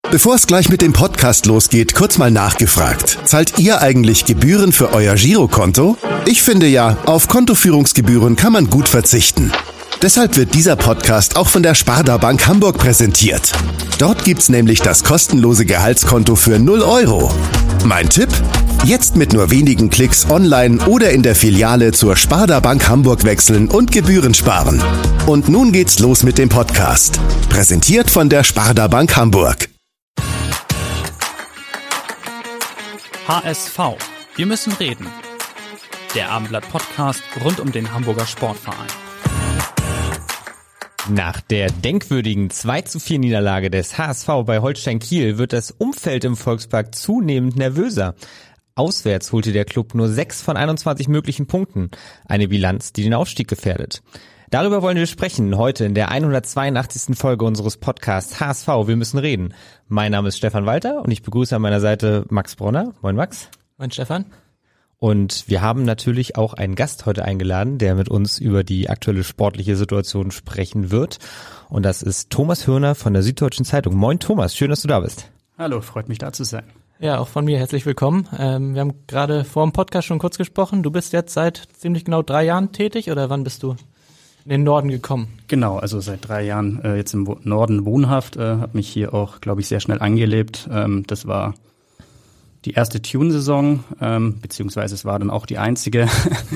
Bevor es gleich mit dem Podcast losgeht, kurz mal nachgefragt. Zahlt ihr eigentlich Gebühren für euer Girokonto? Ich finde ja, auf Kontoführungsgebühren kann man gut verzichten. Deshalb wird dieser Podcast auch von der Sparda Bank Hamburg präsentiert. Dort gibt's nämlich das kostenlose Gehaltskonto für 0 Euro. Mein Tipp? Jetzt mit nur wenigen Klicks online oder in der Filiale zur Sparda Bank Hamburg wechseln und Gebühren sparen. Und nun geht's los mit dem Podcast. Präsentiert von der Sparda Bank Hamburg. HSV. Wir müssen reden. Der Abendblatt-Podcast rund um den Hamburger Sportverein. Nach der denkwürdigen 2:4 Niederlage des HSV bei Holstein Kiel wird das Umfeld im Volkspark zunehmend nervöser. Auswärts holte der Klub nur 6 von 21 möglichen Punkten. Eine Bilanz, die den Aufstieg gefährdet. Darüber wollen wir sprechen heute in der 182. Folge unseres Podcasts HSV. Wir müssen reden. Mein Name ist Stefan Walter und ich begrüße an meiner Seite Max Bronner. Moin Max. Moin Stefan. Und wir haben natürlich auch einen Gast heute eingeladen, der mit uns über die aktuelle sportliche Situation sprechen wird. Und das ist Thomas Hörner von der Süddeutschen Zeitung. Moin Thomas, schön, dass du da bist. Hallo, freut mich da zu sein. Ja, auch von mir herzlich willkommen. Wir haben gerade vor dem Podcast schon kurz gesprochen. Du bist jetzt seit ziemlich genau 3 Jahren tätig oder wann bist du in den Norden gekommen? Genau, also seit 3 Jahren jetzt im Norden wohnhaft, habe mich hier auch, glaube ich, sehr schnell eingelebt. Das war die erste Tune-Saison, beziehungsweise es war dann auch die einzige.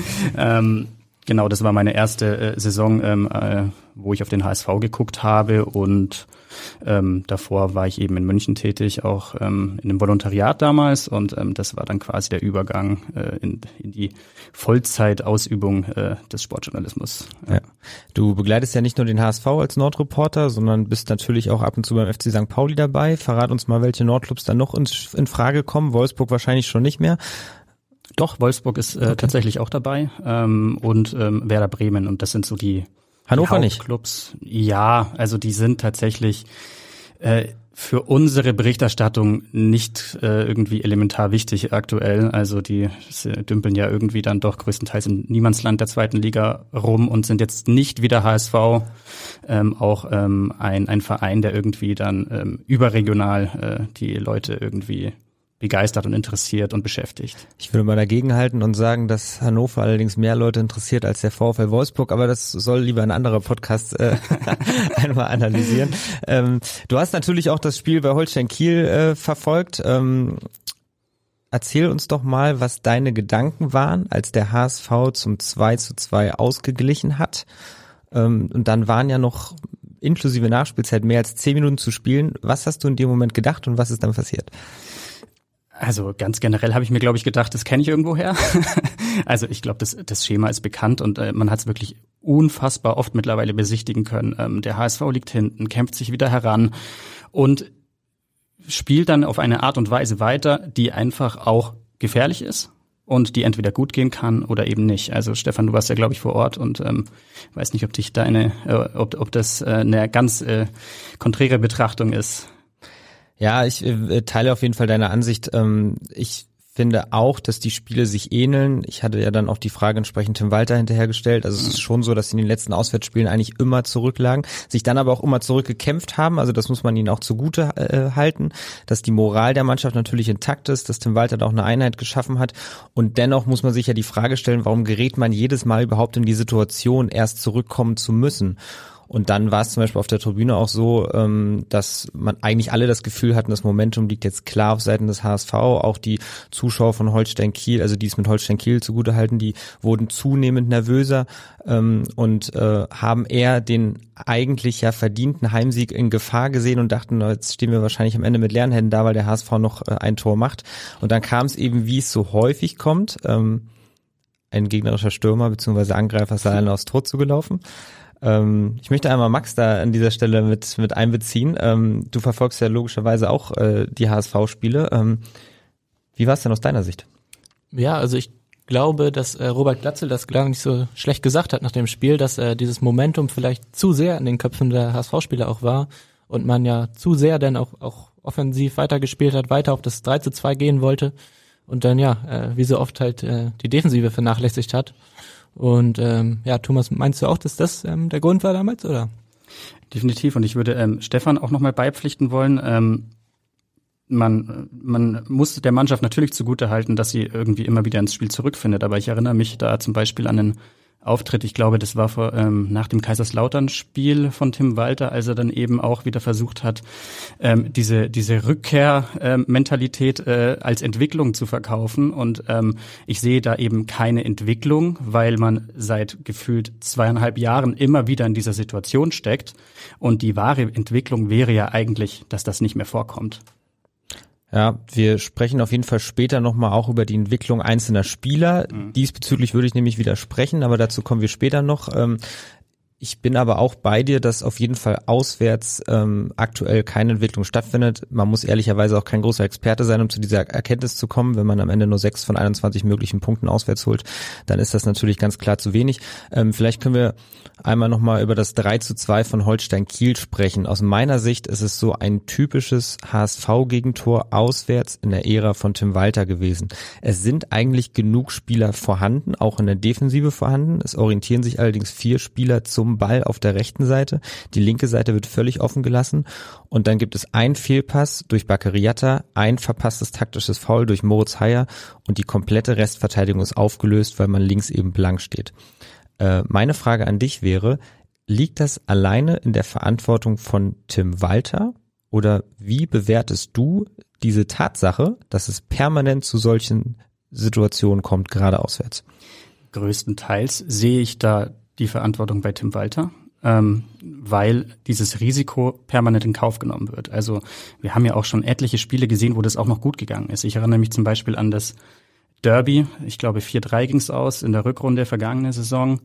Genau, das war meine erste Saison, wo ich auf den HSV geguckt habe und davor war ich eben in München tätig, auch in einem Volontariat damals und das war dann quasi der Übergang in die Vollzeitausübung des Sportjournalismus. Ja. Du begleitest ja nicht nur den HSV als Nordreporter, sondern bist natürlich auch ab und zu beim FC St. Pauli dabei. Verrat uns mal, welche Nordclubs da noch in Frage kommen. Wolfsburg wahrscheinlich schon nicht mehr. Doch, Wolfsburg ist tatsächlich auch dabei und Werder Bremen und das sind so die Hannover Hauptclubs. Ja, also die sind tatsächlich für unsere Berichterstattung nicht irgendwie elementar wichtig aktuell. Also die dümpeln ja irgendwie dann doch größtenteils im Niemandsland der 2. Liga rum und sind jetzt nicht wie der HSV auch ein Verein, der irgendwie dann überregional die Leute irgendwie begeistert und interessiert und beschäftigt. Ich würde mal dagegenhalten und sagen, dass Hannover allerdings mehr Leute interessiert als der VfL Wolfsburg, aber das soll lieber ein anderer Podcast einmal analysieren. Du hast natürlich auch das Spiel bei Holstein Kiel verfolgt. Erzähl uns doch mal, was deine Gedanken waren, als der HSV zum 2:2 ausgeglichen hat. Und dann waren ja noch inklusive Nachspielzeit mehr als 10 Minuten zu spielen. Was hast du in dem Moment gedacht und was ist dann passiert? Also ganz generell habe ich mir, glaube ich, gedacht, das kenne ich irgendwoher. Also ich glaube, das Schema ist bekannt und man hat es wirklich unfassbar oft mittlerweile besichtigen können. Der HSV liegt hinten, kämpft sich wieder heran und spielt dann auf eine Art und Weise weiter, die einfach auch gefährlich ist und die entweder gut gehen kann oder eben nicht. Also Stefan, du warst ja, glaube ich, vor Ort und weiß nicht, ob dich ob das eine ganz konträre Betrachtung ist. Ja, ich teile auf jeden Fall deine Ansicht. Ich finde auch, dass die Spiele sich ähneln. Ich hatte ja dann auch die Frage entsprechend Tim Walter hinterhergestellt. Also es ist schon so, dass sie in den letzten Auswärtsspielen eigentlich immer zurücklagen, sich dann aber auch immer zurückgekämpft haben. Also das muss man ihnen auch zugute halten, dass die Moral der Mannschaft natürlich intakt ist, dass Tim Walter da auch eine Einheit geschaffen hat. Und dennoch muss man sich ja die Frage stellen, warum gerät man jedes Mal überhaupt in die Situation, erst zurückkommen zu müssen? Und dann war es zum Beispiel auf der Tribüne auch so, dass man eigentlich alle das Gefühl hatten, das Momentum liegt jetzt klar auf Seiten des HSV. Auch die Zuschauer von Holstein Kiel, also die es mit Holstein Kiel zugutehalten, die wurden zunehmend nervöser und haben eher den eigentlich ja verdienten Heimsieg in Gefahr gesehen und dachten, jetzt stehen wir wahrscheinlich am Ende mit leeren Händen da, weil der HSV noch ein Tor macht. Und dann kam es eben, wie es so häufig kommt, ein gegnerischer Stürmer bzw. Angreifer ist alleine aufs Tor zugelaufen. Ich möchte einmal Max da an dieser Stelle mit einbeziehen. Du verfolgst ja logischerweise auch die HSV-Spiele. Wie war es denn aus deiner Sicht? Ja, also ich glaube, dass Robert Glatzel das gar nicht so schlecht gesagt hat nach dem Spiel, dass dieses Momentum vielleicht zu sehr in den Köpfen der HSV-Spieler auch war und man ja zu sehr dann auch offensiv weitergespielt hat, weiter auf das 3:2 gehen wollte und dann wie so oft halt die Defensive vernachlässigt hat. Und Thomas, meinst du auch, dass das der Grund war damals, oder? Definitiv. Und ich würde Stefan auch nochmal beipflichten wollen. man muss der Mannschaft natürlich zugutehalten, dass sie irgendwie immer wieder ins Spiel zurückfindet. Aber ich erinnere mich da zum Beispiel an einen Auftritt, ich glaube, das war nach dem Kaiserslautern-Spiel von Tim Walter, als er dann eben auch wieder versucht hat, diese Rückkehr-Mentalität als Entwicklung zu verkaufen. Und ich sehe da eben keine Entwicklung, weil man seit gefühlt 2,5 Jahren immer wieder in dieser Situation steckt. Und die wahre Entwicklung wäre ja eigentlich, dass das nicht mehr vorkommt. Ja, wir sprechen auf jeden Fall später nochmal auch über die Entwicklung einzelner Spieler. Diesbezüglich würde ich nämlich widersprechen, aber dazu kommen wir später noch. Ich bin aber auch bei dir, dass auf jeden Fall auswärts aktuell keine Entwicklung stattfindet. Man muss ehrlicherweise auch kein großer Experte sein, um zu dieser Erkenntnis zu kommen. Wenn man am Ende nur 6 von 21 möglichen Punkten auswärts holt, dann ist das natürlich ganz klar zu wenig. Vielleicht können wir einmal nochmal über das 3:2 von Holstein Kiel sprechen. Aus meiner Sicht ist es so ein typisches HSV-Gegentor auswärts in der Ära von Tim Walter gewesen. Es sind eigentlich genug Spieler vorhanden, auch in der Defensive vorhanden. Es orientieren sich allerdings 4 Spieler zum Ball auf der rechten Seite. Die linke Seite wird völlig offen gelassen. Und dann gibt es einen Fehlpass durch Bakary, ein verpasstes taktisches Foul durch Moritz Heyer und die komplette Restverteidigung ist aufgelöst, weil man links eben blank steht. Meine Frage an dich wäre, liegt das alleine in der Verantwortung von Tim Walter oder wie bewertest du diese Tatsache, dass es permanent zu solchen Situationen kommt, gerade auswärts? Größtenteils sehe ich da die Verantwortung bei Tim Walter, weil dieses Risiko permanent in Kauf genommen wird. Also wir haben ja auch schon etliche Spiele gesehen, wo das auch noch gut gegangen ist. Ich erinnere mich zum Beispiel an das Derby, ich glaube 4-3 ging es aus in der Rückrunde vergangene Saison.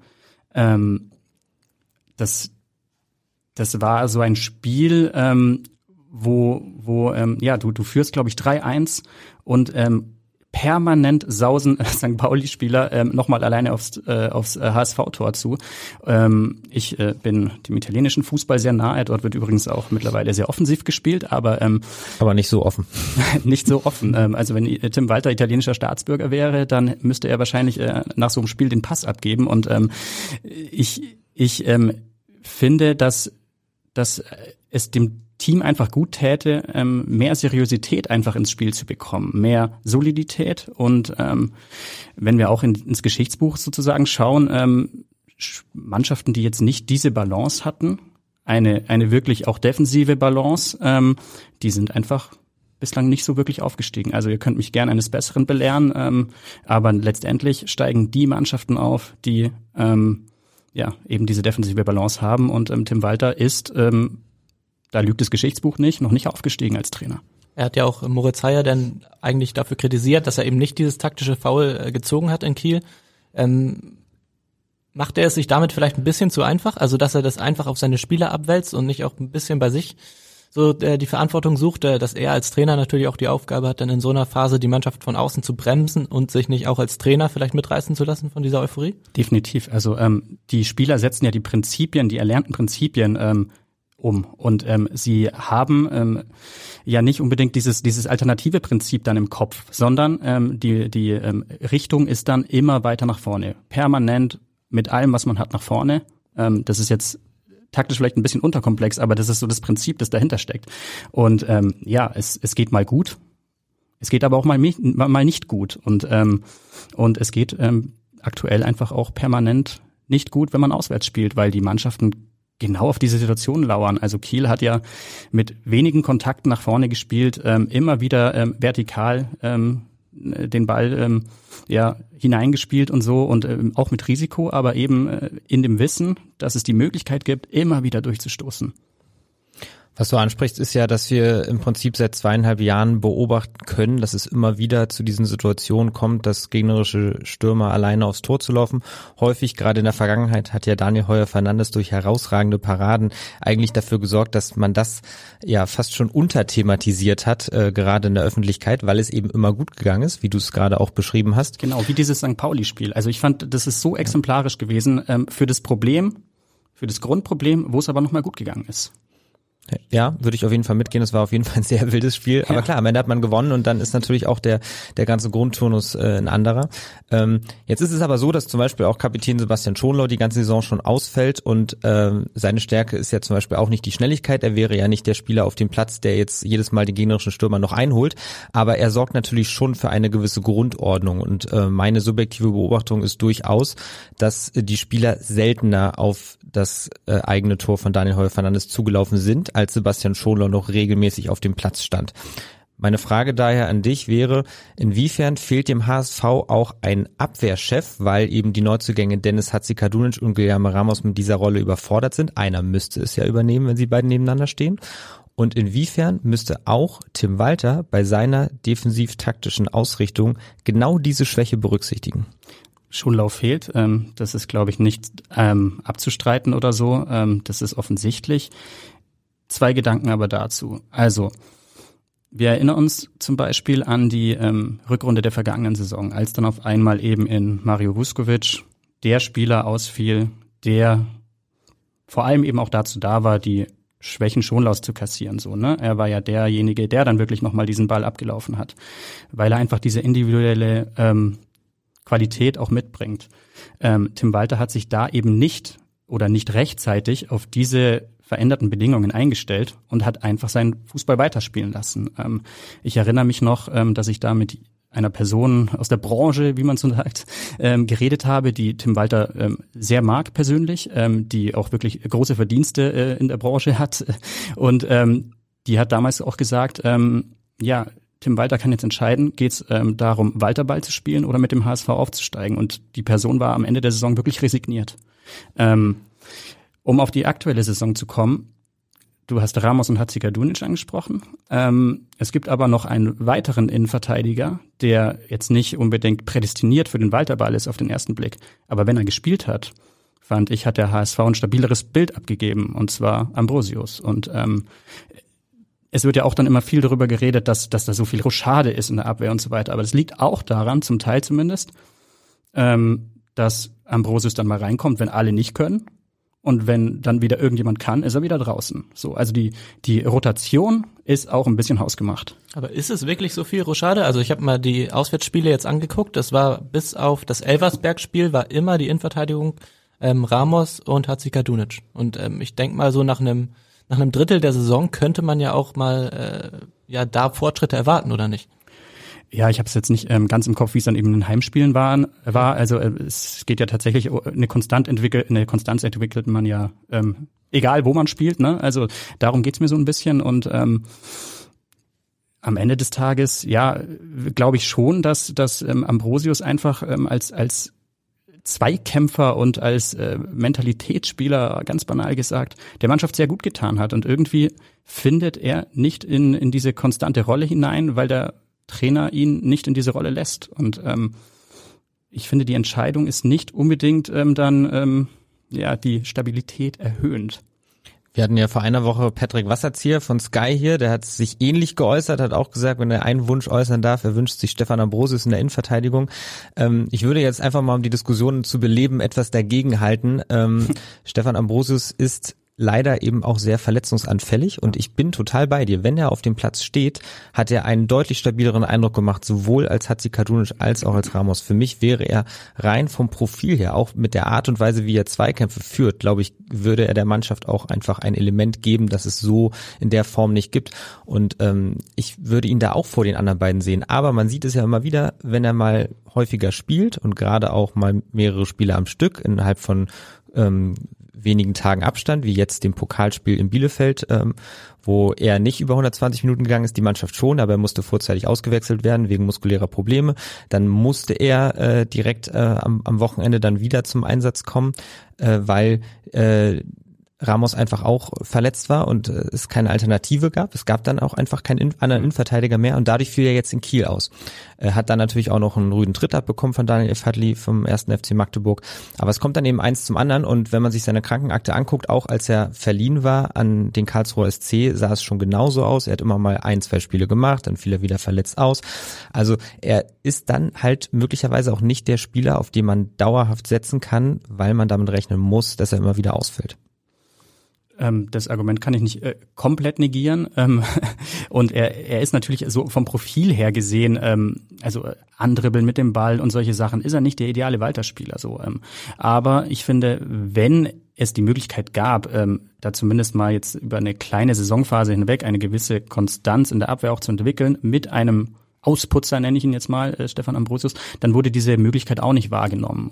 Das war so ein Spiel, wo du führst, glaube ich, 3-1 und permanent sausen St. Pauli-Spieler nochmal alleine aufs HSV-Tor zu. Ich bin dem italienischen Fußball sehr nahe. Dort wird übrigens auch mittlerweile sehr offensiv gespielt, aber nicht so offen. Nicht so offen. Also wenn Tim Walter italienischer Staatsbürger wäre, dann müsste er wahrscheinlich nach so einem Spiel den Pass abgeben. Und ich finde, dass es dem Team einfach gut täte, mehr Seriosität einfach ins Spiel zu bekommen, mehr Solidität und wenn wir auch ins Geschichtsbuch sozusagen schauen, Mannschaften, die jetzt nicht diese Balance hatten, eine wirklich auch defensive Balance, die sind einfach bislang nicht so wirklich aufgestiegen. Also ihr könnt mich gerne eines Besseren belehren, aber letztendlich steigen die Mannschaften auf, die eben diese defensive Balance haben und Tim Walter ist da lügt das Geschichtsbuch nicht, noch nicht aufgestiegen als Trainer. Er hat ja auch Moritz Heyer dann eigentlich dafür kritisiert, dass er eben nicht dieses taktische Foul gezogen hat in Kiel. Macht er es sich damit vielleicht ein bisschen zu einfach? Also, dass er das einfach auf seine Spieler abwälzt und nicht auch ein bisschen bei sich so die Verantwortung sucht, dass er als Trainer natürlich auch die Aufgabe hat, dann in so einer Phase die Mannschaft von außen zu bremsen und sich nicht auch als Trainer vielleicht mitreißen zu lassen von dieser Euphorie? Definitiv. Also die Spieler setzen ja die erlernten Prinzipien und sie haben ja nicht unbedingt dieses alternative Prinzip dann im Kopf, sondern die Richtung ist dann immer weiter nach vorne, permanent mit allem, was man hat, nach vorne. Das ist jetzt taktisch vielleicht ein bisschen unterkomplex, aber das ist so das Prinzip, das dahinter steckt. Und es geht mal gut, es geht aber auch mal nicht gut und es geht aktuell einfach auch permanent nicht gut, wenn man auswärts spielt, weil die Mannschaften genau auf diese Situation lauern. Also Kiel hat ja mit wenigen Kontakten nach vorne gespielt, immer wieder vertikal den Ball hineingespielt und so und auch mit Risiko, aber eben in dem Wissen, dass es die Möglichkeit gibt, immer wieder durchzustoßen. Was du ansprichst, ist ja, dass wir im Prinzip seit 2,5 Jahren beobachten können, dass es immer wieder zu diesen Situationen kommt, dass gegnerische Stürmer alleine aufs Tor zu laufen. Häufig, gerade in der Vergangenheit, hat ja Daniel Heuer-Fernandes durch herausragende Paraden eigentlich dafür gesorgt, dass man das ja fast schon unterthematisiert hat, gerade in der Öffentlichkeit, weil es eben immer gut gegangen ist, wie du es gerade auch beschrieben hast. Genau, wie dieses St. Pauli-Spiel. Also ich fand, das ist so exemplarisch gewesen für das Grundproblem, wo es aber nochmal gut gegangen ist. Ja, würde ich auf jeden Fall mitgehen. Das war auf jeden Fall ein sehr wildes Spiel. Aber klar, am Ende hat man gewonnen und dann ist natürlich auch der ganze Grundturnus ein anderer. Jetzt ist es aber so, dass zum Beispiel auch Kapitän Sebastian Schonlau die ganze Saison schon ausfällt und seine Stärke ist ja zum Beispiel auch nicht die Schnelligkeit. Er wäre ja nicht der Spieler auf dem Platz, der jetzt jedes Mal die gegnerischen Stürmer noch einholt. Aber er sorgt natürlich schon für eine gewisse Grundordnung. Und meine subjektive Beobachtung ist durchaus, dass die Spieler seltener auf das eigene Tor von Daniel Heuer-Fernandes zugelaufen sind, als Sebastian Schonlau noch regelmäßig auf dem Platz stand. Meine Frage daher an dich wäre, inwiefern fehlt dem HSV auch ein Abwehrchef, weil eben die Neuzugänge Dennis Hatzikadunic und Guilherme Ramos mit dieser Rolle überfordert sind? Einer müsste es ja übernehmen, wenn sie beiden nebeneinander stehen. Und inwiefern müsste auch Tim Walter bei seiner defensiv-taktischen Ausrichtung genau diese Schwäche berücksichtigen? Schonlau fehlt, das ist, glaube ich, nicht abzustreiten oder so, das ist offensichtlich. 2 Gedanken aber dazu. Also, wir erinnern uns zum Beispiel an die Rückrunde der vergangenen Saison, als dann auf einmal eben in Mario Vuskovic der Spieler ausfiel, der vor allem eben auch dazu da war, die Schwächen Schonlaus zu kassieren. So, ne? Er war ja derjenige, der dann wirklich nochmal diesen Ball abgelaufen hat, weil er einfach diese individuelle Qualität auch mitbringt. Tim Walter hat sich da eben nicht rechtzeitig auf diese veränderten Bedingungen eingestellt und hat einfach seinen Fußball weiterspielen lassen. Ich erinnere mich noch, dass ich da mit einer Person aus der Branche, wie man so sagt, geredet habe, die Tim Walter sehr mag persönlich, die auch wirklich große Verdienste in der Branche hat. Und die hat damals auch gesagt, Tim Walter kann jetzt entscheiden, geht es darum, Walterball zu spielen oder mit dem HSV aufzusteigen. Und die Person war am Ende der Saison wirklich resigniert. Um auf die aktuelle Saison zu kommen, du hast Ramos und Hatzikadunic angesprochen. Es gibt aber noch einen weiteren Innenverteidiger, der jetzt nicht unbedingt prädestiniert für den Walterball ist auf den ersten Blick. Aber wenn er gespielt hat, fand ich, hat der HSV ein stabileres Bild abgegeben, und zwar Ambrosius. Und es wird ja auch dann immer viel darüber geredet, dass da so viel Rochade ist in der Abwehr und so weiter. Aber das liegt auch daran, zum Teil zumindest, dass Ambrosius dann mal reinkommt, wenn alle nicht können. Und wenn dann wieder irgendjemand kann, ist er wieder draußen. So, also die Rotation ist auch ein bisschen hausgemacht. Aber ist es wirklich so viel Rochade? Also ich habe mal die Auswärtsspiele jetzt angeguckt. Das war bis auf das Elversberg-Spiel war immer die Innenverteidigung Ramos und Hatzikadunic. Und ich denke mal so nach einem Drittel der Saison könnte man ja auch mal da Fortschritte erwarten, oder nicht? Ja, ich habe es jetzt nicht ganz im Kopf, wie es dann eben in den Heimspielen war. Also es geht ja tatsächlich, eine Konstanz entwickelt man ja, egal wo man spielt, ne? Also darum geht's mir so ein bisschen. Und am Ende des Tages, ja, glaube ich schon, dass Ambrosius einfach als Zweikämpfer und als Mentalitätsspieler, ganz banal gesagt, der Mannschaft sehr gut getan hat. Und irgendwie findet er nicht in diese konstante Rolle hinein, weil der Trainer ihn nicht in diese Rolle lässt. Und ich finde, die Entscheidung ist nicht unbedingt die Stabilität erhöhend. Wir hatten ja vor einer Woche Patrick Wasserzieher von Sky hier, der hat sich ähnlich geäußert, hat auch gesagt, wenn er einen Wunsch äußern darf, er wünscht sich Stefan Ambrosius in der Innenverteidigung. Ich würde jetzt einfach mal, um die Diskussion zu beleben, etwas dagegen halten. Stefan Ambrosius ist leider eben auch sehr verletzungsanfällig und ich bin total bei dir. Wenn er auf dem Platz steht, hat er einen deutlich stabileren Eindruck gemacht, sowohl als Hatzikadunic als auch als Ramos. Für mich wäre er rein vom Profil her, auch mit der Art und Weise, wie er Zweikämpfe führt, glaube ich, würde er der Mannschaft auch einfach ein Element geben, das es so in der Form nicht gibt. Und ich würde ihn da auch vor den anderen beiden sehen. Aber man sieht es ja immer wieder, wenn er mal häufiger spielt und gerade auch mal mehrere Spiele am Stück innerhalb von wenigen Tagen Abstand, wie jetzt dem Pokalspiel in Bielefeld, wo er nicht über 120 Minuten gegangen ist, die Mannschaft schon, aber er musste vorzeitig ausgewechselt werden wegen muskulärer Probleme. Dann musste er direkt am Wochenende dann wieder zum Einsatz kommen, weil Ramos einfach auch verletzt war und es keine Alternative gab. Es gab dann auch einfach keinen anderen Innenverteidiger mehr und dadurch fiel er jetzt in Kiel aus. Er hat dann natürlich auch noch einen rüden Tritt abbekommen von Daniel Fadli vom 1. FC Magdeburg. Aber es kommt dann eben eins zum anderen und wenn man sich seine Krankenakte anguckt, auch als er verliehen war an den Karlsruher SC, sah es schon genauso aus. Er hat immer mal 1-2 Spiele gemacht, dann fiel er wieder verletzt aus. Also er ist dann halt möglicherweise auch nicht der Spieler, auf den man dauerhaft setzen kann, weil man damit rechnen muss, dass er immer wieder ausfällt. Das Argument kann ich nicht komplett negieren. Und er ist natürlich so vom Profil her gesehen, also andribbeln mit dem Ball und solche Sachen, ist er nicht der ideale Walter-Spieler. So. Aber ich finde, wenn es die Möglichkeit gab, da zumindest mal jetzt über eine kleine Saisonphase hinweg eine gewisse Konstanz in der Abwehr auch zu entwickeln, mit einem Ausputzer, nenne ich ihn jetzt mal, Stefan Ambrosius, dann wurde diese Möglichkeit auch nicht wahrgenommen.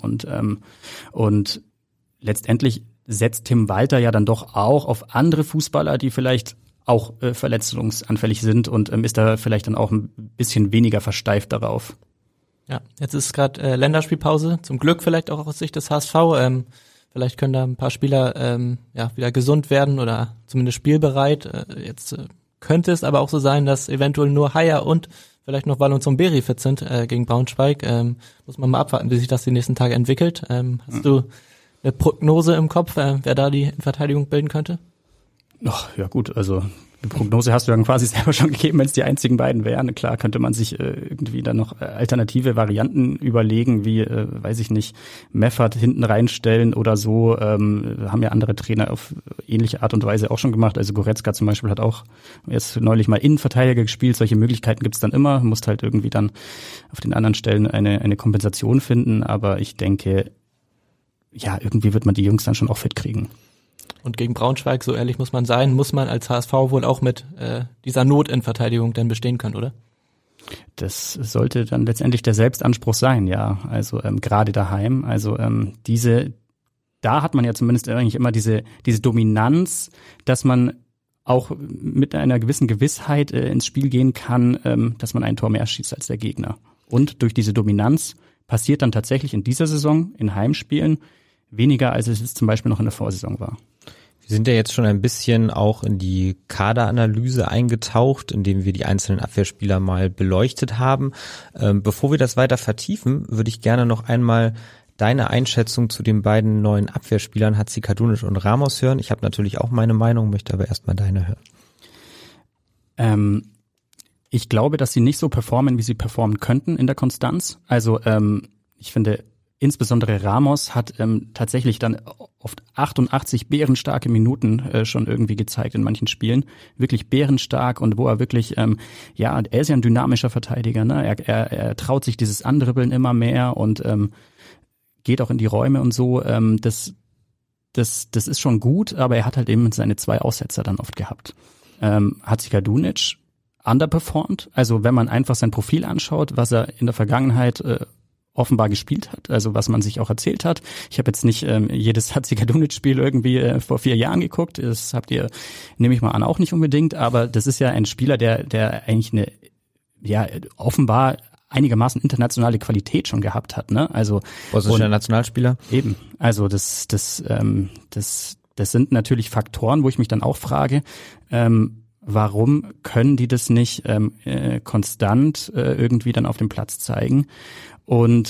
Und letztendlich setzt Tim Walter ja dann doch auch auf andere Fußballer, die vielleicht auch verletzungsanfällig sind und ist da vielleicht dann auch ein bisschen weniger versteift darauf. Ja, jetzt ist gerade Länderspielpause, zum Glück vielleicht auch aus Sicht des HSV. Vielleicht können da ein paar Spieler wieder gesund werden oder zumindest spielbereit. Jetzt könnte es aber auch so sein, dass eventuell nur Haier und vielleicht noch Wallon zum Beri fit sind gegen Braunschweig. Muss man mal abwarten, wie sich das die nächsten Tage entwickelt. Hast du eine Prognose im Kopf, wer da die Verteidigung bilden könnte? Ach, ja gut, also die Prognose hast du dann quasi selber schon gegeben, wenn es die einzigen beiden wären. Klar könnte man sich irgendwie dann noch alternative Varianten überlegen, wie, weiß ich nicht, Meffert hinten reinstellen oder so. Haben ja andere Trainer auf ähnliche Art und Weise auch schon gemacht. Also Goretzka zum Beispiel hat auch jetzt neulich mal Innenverteidiger gespielt. Solche Möglichkeiten gibt's dann immer. Musst halt irgendwie dann auf den anderen Stellen eine Kompensation finden. Aber ich denke, ja, irgendwie wird man die Jungs dann schon auch fit kriegen. Und gegen Braunschweig, so ehrlich muss man sein, muss man als HSV wohl auch mit dieser Not in Verteidigung dann bestehen können, oder? Das sollte dann letztendlich der Selbstanspruch sein, ja. Also gerade daheim. Also da hat man ja zumindest eigentlich immer diese Dominanz, dass man auch mit einer gewissen Gewissheit ins Spiel gehen kann, dass man ein Tor mehr schießt als der Gegner. Und durch diese Dominanz passiert dann tatsächlich in dieser Saison in Heimspielen weniger, als es zum Beispiel noch in der Vorsaison war. Wir sind ja jetzt schon ein bisschen auch in die Kaderanalyse eingetaucht, indem wir die einzelnen Abwehrspieler mal beleuchtet haben. Bevor wir das weiter vertiefen, würde ich gerne noch einmal deine Einschätzung zu den beiden neuen Abwehrspielern Hatzikadunic und Ramos hören. Ich habe natürlich auch meine Meinung, möchte aber erstmal deine hören. Ich glaube, dass sie nicht so performen, wie sie performen könnten in der Konstanz. Also ich finde, insbesondere Ramos hat tatsächlich dann oft 88 bärenstarke Minuten schon irgendwie gezeigt in manchen Spielen. Wirklich bärenstark und wo er wirklich, er ist ja ein dynamischer Verteidiger, ne? Er traut sich dieses Andribbeln immer mehr und geht auch in die Räume und so. Das ist schon gut, aber er hat halt eben seine 2 Aussetzer dann oft gehabt. Hatzikadunic underperformed. Also wenn man einfach sein Profil anschaut, was er in der Vergangenheit offenbar gespielt hat, also was man sich auch erzählt hat. Ich habe jetzt nicht jedes Hatzikadunic-Spiel irgendwie vor 4 Jahren geguckt. Das habt ihr, nehme ich mal an, auch nicht unbedingt. Aber das ist ja ein Spieler, der eigentlich eine, offenbar einigermaßen internationale Qualität schon gehabt hat, ne? Also bosnischer Nationalspieler. Eben. Also das sind natürlich Faktoren, wo ich mich dann auch frage, warum können die das nicht konstant irgendwie dann auf dem Platz zeigen? Und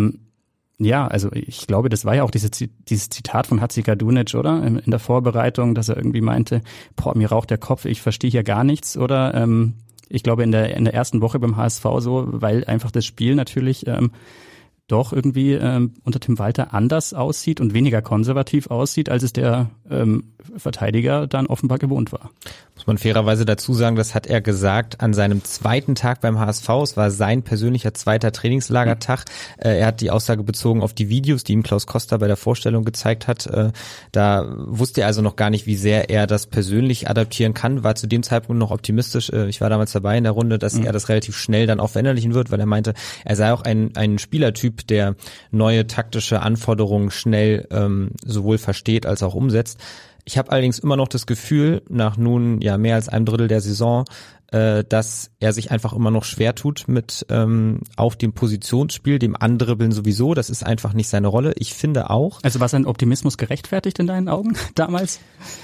also ich glaube, das war ja auch dieses Zitat von Hatzikadunic, oder? In der Vorbereitung, dass er irgendwie meinte, mir raucht der Kopf, ich verstehe hier gar nichts, oder? Ich glaube in der ersten Woche beim HSV so, weil einfach das Spiel natürlich doch irgendwie unter Tim Walter anders aussieht und weniger konservativ aussieht, als es der Verteidiger dann offenbar gewohnt war. Muss man fairerweise dazu sagen, das hat er gesagt an seinem 2. Tag beim HSV. Es war sein persönlicher 2. Trainingslagertag. Er hat die Aussage bezogen auf die Videos, die ihm Klaus Koster bei der Vorstellung gezeigt hat. Da wusste er also noch gar nicht, wie sehr er das persönlich adaptieren kann. War zu dem Zeitpunkt noch optimistisch. Ich war damals dabei in der Runde, dass er das relativ schnell dann auch verinnerlichen wird, weil er meinte, er sei auch ein Spielertyp, der neue taktische Anforderungen schnell sowohl versteht als auch umsetzt. Ich habe allerdings immer noch das Gefühl, nach nun mehr als einem Drittel der Saison, dass er sich einfach immer noch schwer tut mit auf dem Positionsspiel, dem Andribbeln sowieso. Das ist einfach nicht seine Rolle. Ich finde auch. Also war sein Optimismus gerechtfertigt in deinen Augen damals?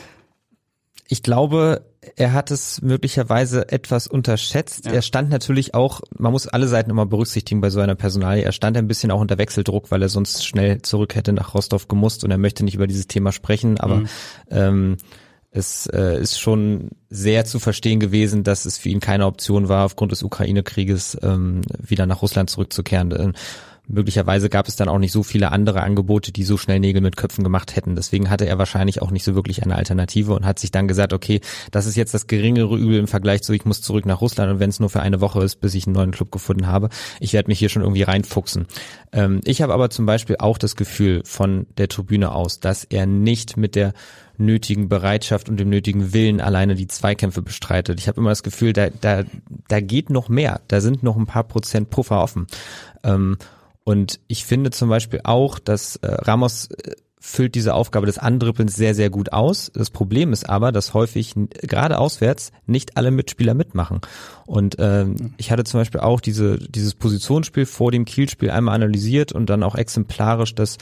Ich glaube, er hat es möglicherweise etwas unterschätzt. Ja. Er stand natürlich auch, man muss alle Seiten immer berücksichtigen bei so einer Personalie, er stand ein bisschen auch unter Wechseldruck, weil er sonst schnell zurück hätte nach Rostock gemusst und er möchte nicht über dieses Thema sprechen, aber es ist schon sehr zu verstehen gewesen, dass es für ihn keine Option war, aufgrund des Ukraine-Krieges wieder nach Russland zurückzukehren. möglicherweise gab es dann auch nicht so viele andere Angebote, die so schnell Nägel mit Köpfen gemacht hätten. Deswegen hatte er wahrscheinlich auch nicht so wirklich eine Alternative und hat sich dann gesagt, okay, das ist jetzt das geringere Übel im Vergleich zu, ich muss zurück nach Russland und wenn es nur für eine Woche ist, bis ich einen neuen Club gefunden habe, ich werde mich hier schon irgendwie reinfuchsen. Ich habe aber zum Beispiel auch das Gefühl von der Tribüne aus, dass er nicht mit der nötigen Bereitschaft und dem nötigen Willen alleine die Zweikämpfe bestreitet. Ich habe immer das Gefühl, da geht noch mehr. Da sind noch ein paar Prozent Puffer offen. Und ich finde zum Beispiel auch, dass Ramos füllt diese Aufgabe des Andribbelns sehr, sehr gut aus. Das Problem ist aber, dass häufig gerade auswärts nicht alle Mitspieler mitmachen. Und ich hatte zum Beispiel auch dieses Positionsspiel vor dem Kiel-Spiel einmal analysiert und dann auch exemplarisch das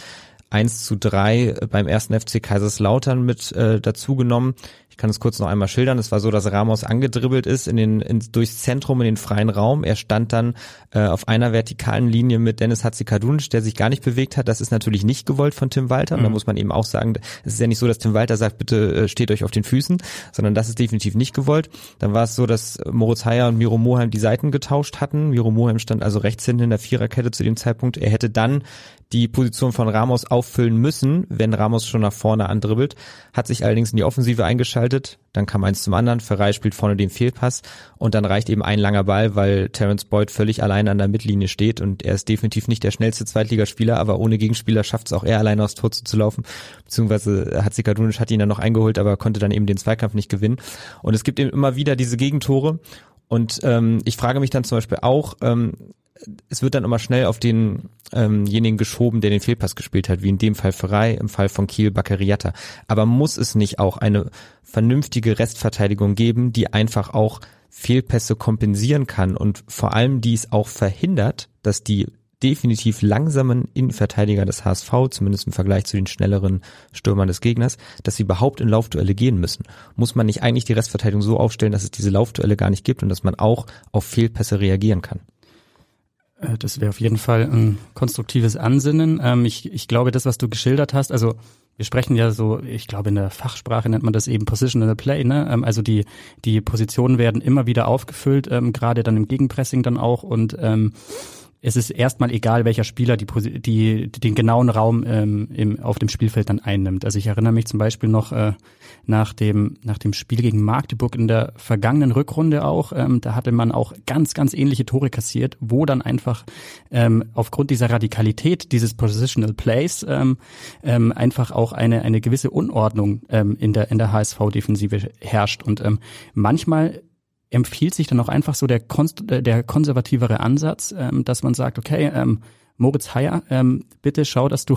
1:3 beim 1. FC Kaiserslautern mit dazu genommen. Ich kann es kurz noch einmal schildern. Es war so, dass Ramos angedribbelt ist durchs Zentrum in den freien Raum. Er stand dann auf einer vertikalen Linie mit Dennis Hatzikadunic, der sich gar nicht bewegt hat. Das ist natürlich nicht gewollt von Tim Walter. Und da muss man eben auch sagen, es ist ja nicht so, dass Tim Walter sagt, bitte steht euch auf den Füßen, sondern das ist definitiv nicht gewollt. Dann war es so, dass Moritz Heyer und Miro Moheim die Seiten getauscht hatten. Miro Moheim stand also rechts hinten in der Viererkette zu dem Zeitpunkt. Er hätte dann die Position von Ramos auffüllen müssen, wenn Ramos schon nach vorne andribbelt, hat sich allerdings in die Offensive eingeschaltet, dann kam eins zum anderen, Ferrei spielt vorne den Fehlpass und dann reicht eben ein langer Ball, weil Terence Boyd völlig alleine an der Mittellinie steht und er ist definitiv nicht der schnellste Zweitligaspieler, aber ohne Gegenspieler schafft es auch er alleine aufs Tor zu laufen, beziehungsweise Hatzikadunic hat ihn dann noch eingeholt, aber konnte dann eben den Zweikampf nicht gewinnen und es gibt eben immer wieder diese Gegentore und ich frage mich dann zum Beispiel auch, es wird dann immer schnell auf denjenigen geschoben, der den Fehlpass gespielt hat, wie in dem Fall Ferrei, im Fall von Kiel Baccariata. Aber muss es nicht auch eine vernünftige Restverteidigung geben, die einfach auch Fehlpässe kompensieren kann und vor allem die es auch verhindert, dass die definitiv langsamen Innenverteidiger des HSV, zumindest im Vergleich zu den schnelleren Stürmern des Gegners, dass sie überhaupt in Laufduelle gehen müssen. Muss man nicht eigentlich die Restverteidigung so aufstellen, dass es diese Laufduelle gar nicht gibt und dass man auch auf Fehlpässe reagieren kann? Das wäre auf jeden Fall ein konstruktives Ansinnen. Ich glaube, das, was du geschildert hast, also wir sprechen ja so, ich glaube in der Fachsprache nennt man das eben Positional Play, ne? Also die Positionen werden immer wieder aufgefüllt, gerade dann im Gegenpressing dann auch und es ist erstmal egal, welcher Spieler den genauen Raum auf dem Spielfeld dann einnimmt. Also ich erinnere mich zum Beispiel noch nach dem Spiel gegen Magdeburg in der vergangenen Rückrunde auch, da hatte man auch ganz, ganz ähnliche Tore kassiert, wo dann einfach aufgrund dieser Radikalität dieses Positional Plays einfach auch eine gewisse Unordnung in der HSV-Defensive herrscht. Und manchmal empfiehlt sich dann auch einfach so der konservativere Ansatz, dass man sagt, okay, Moritz Heyer, bitte schau, dass du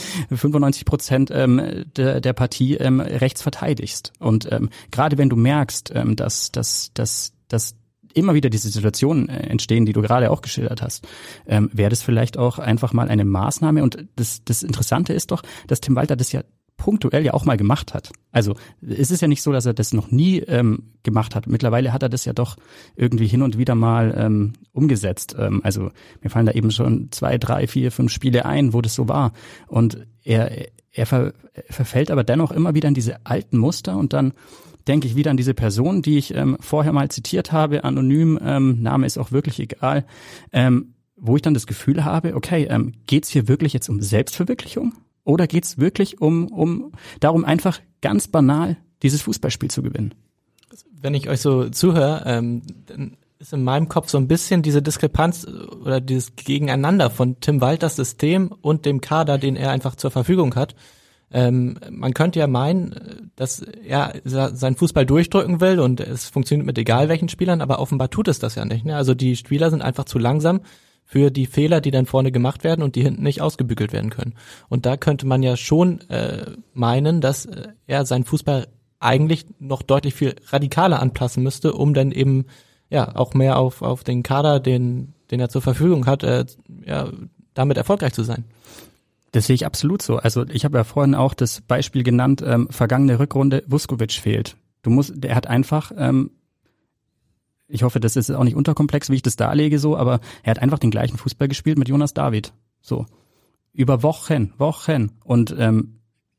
95% der Partie rechts verteidigst. Und gerade wenn du merkst, dass immer wieder diese Situationen entstehen, die du gerade auch geschildert hast, wäre das vielleicht auch einfach mal eine Maßnahme. Und das Interessante ist doch, dass Tim Walter das ja punktuell ja auch mal gemacht hat. Also es ist ja nicht so, dass er das noch nie gemacht hat. Mittlerweile hat er das ja doch irgendwie hin und wieder mal umgesetzt. Also mir fallen da eben schon 2, 3, 4, 5 Spiele ein, wo das so war. Und er verfällt aber dennoch immer wieder in diese alten Muster und dann denke ich wieder an diese Person, die ich vorher mal zitiert habe, anonym, Name ist auch wirklich egal, wo ich dann das Gefühl habe, okay, geht's hier wirklich jetzt um Selbstverwirklichung? Oder geht's wirklich um darum, einfach ganz banal dieses Fußballspiel zu gewinnen? Wenn ich euch so zuhöre, dann ist in meinem Kopf so ein bisschen diese Diskrepanz oder dieses Gegeneinander von Tim Walters System und dem Kader, den er einfach zur Verfügung hat. Man könnte ja meinen, dass er seinen Fußball durchdrücken will und es funktioniert mit egal welchen Spielern, aber offenbar tut es das ja nicht. Ne? Also die Spieler sind einfach zu langsam für die Fehler, die dann vorne gemacht werden und die hinten nicht ausgebügelt werden können. Und da könnte man ja schon meinen, dass er seinen Fußball eigentlich noch deutlich viel radikaler anpassen müsste, um dann eben ja auch mehr auf den Kader, den er zur Verfügung hat, damit erfolgreich zu sein. Das sehe ich absolut so. Also ich habe ja vorhin auch das Beispiel genannt, vergangene Rückrunde, Vuskovic fehlt. Der hat einfach ich hoffe, das ist auch nicht unterkomplex, wie ich das darlege, so, aber er hat einfach den gleichen Fußball gespielt mit Jonas David. So. Über Wochen. Und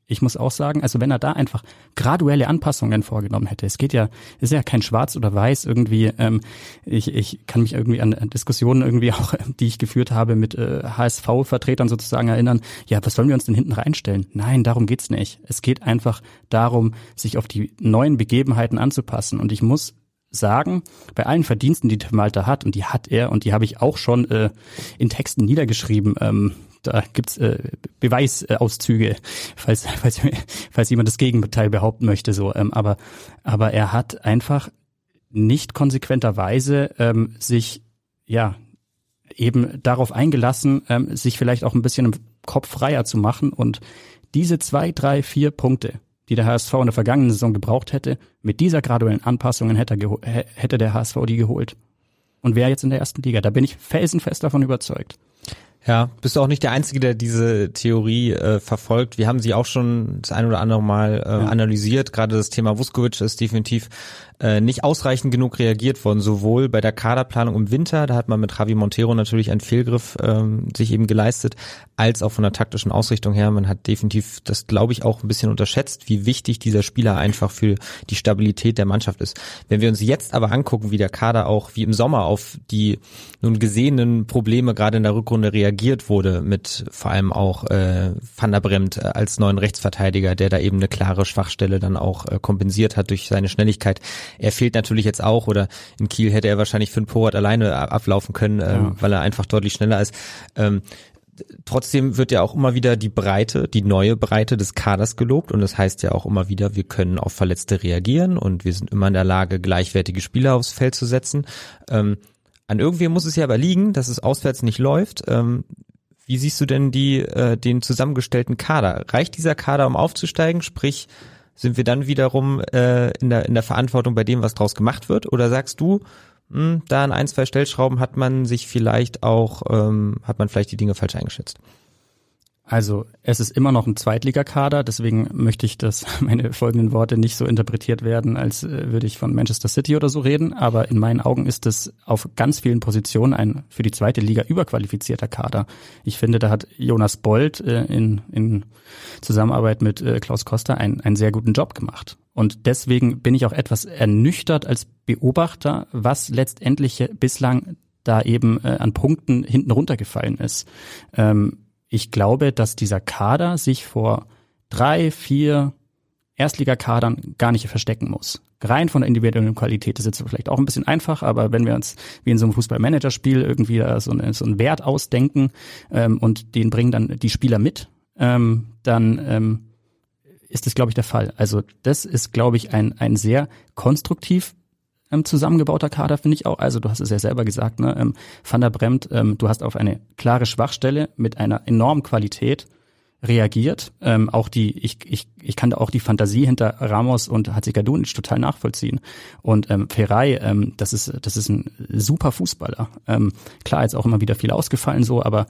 ich muss auch sagen, also wenn er da einfach graduelle Anpassungen vorgenommen hätte, ist ja kein Schwarz oder Weiß irgendwie, ich kann mich irgendwie an Diskussionen irgendwie auch, die ich geführt habe mit HSV-Vertretern sozusagen erinnern, ja, was sollen wir uns denn hinten reinstellen? Nein, darum geht's nicht. Es geht einfach darum, sich auf die neuen Begebenheiten anzupassen. Und ich muss sagen, bei allen Verdiensten, die Tim Walter hat, und die hat er, und die habe ich auch schon in Texten niedergeschrieben, da gibt's Beweisauszüge, falls jemand das Gegenteil behaupten möchte. So, aber er hat einfach nicht konsequenterweise sich eben darauf eingelassen, sich vielleicht auch ein bisschen im Kopf freier zu machen. Und diese 2, 3, 4 Punkte, die der HSV in der vergangenen Saison gebraucht hätte, mit dieser graduellen Anpassungen hätte der HSV die geholt. Und wäre jetzt in der ersten Liga. Da bin ich felsenfest davon überzeugt. Ja, bist du auch nicht der Einzige, der diese Theorie verfolgt. Wir haben sie auch schon das ein oder andere Mal analysiert. Gerade das Thema Vuskovic ist definitiv nicht ausreichend genug reagiert worden, sowohl bei der Kaderplanung im Winter, da hat man mit Javi Montero natürlich einen Fehlgriff sich eben geleistet, als auch von der taktischen Ausrichtung her. Man hat definitiv das, glaube ich, auch ein bisschen unterschätzt, wie wichtig dieser Spieler einfach für die Stabilität der Mannschaft ist. Wenn wir uns jetzt aber angucken, wie der Kader auch wie im Sommer auf die nun gesehenen Probleme gerade in der Rückrunde reagiert wurde, mit vor allem auch Van der Bremt als neuen Rechtsverteidiger, der da eben eine klare Schwachstelle dann auch kompensiert hat durch seine Schnelligkeit. Er fehlt natürlich jetzt auch, oder in Kiel hätte er wahrscheinlich für einen Porat alleine ablaufen können, weil er einfach deutlich schneller ist. Trotzdem wird ja auch immer wieder die neue Breite des Kaders gelobt, und das heißt ja auch immer wieder, wir können auf Verletzte reagieren und wir sind immer in der Lage, gleichwertige Spieler aufs Feld zu setzen. An irgendwem muss es ja aber liegen, dass es auswärts nicht läuft. Wie siehst du denn den zusammengestellten Kader? Reicht dieser Kader, um aufzusteigen? Sprich, sind wir dann wiederum in der Verantwortung bei dem, was draus gemacht wird? Oder sagst du, da an 1, 2 Stellschrauben hat man vielleicht die Dinge falsch eingeschätzt? Also es ist immer noch ein Zweitligakader, deswegen möchte ich, dass meine folgenden Worte nicht so interpretiert werden, als würde ich von Manchester City oder so reden, aber in meinen Augen ist es auf ganz vielen Positionen ein für die zweite Liga überqualifizierter Kader. Ich finde, da hat Jonas Bold in Zusammenarbeit mit Klaus Costa einen sehr guten Job gemacht. Und deswegen bin ich auch etwas ernüchtert als Beobachter, was letztendlich bislang da eben an Punkten hinten runtergefallen ist. Ich glaube, dass dieser Kader sich vor 3, 4 Erstligakadern gar nicht verstecken muss. Rein von der individuellen Qualität ist jetzt vielleicht auch ein bisschen einfach, aber wenn wir uns wie in so einem Fußball-Manager-Spiel irgendwie da so einen Wert ausdenken und den bringen dann die Spieler mit, dann ist das, glaube ich, der Fall. Also das ist, glaube ich, ein sehr konstruktiv zusammengebauter Kader, finde ich auch. Also du hast es ja selber gesagt, ne? Van der Bremt, du hast auf eine klare Schwachstelle mit einer enormen Qualität reagiert. Auch ich kann da auch die Fantasie hinter Ramos und Hadzikadunic total nachvollziehen. Und Feray, das ist ein super Fußballer. Klar, jetzt auch immer wieder viel ausgefallen so, aber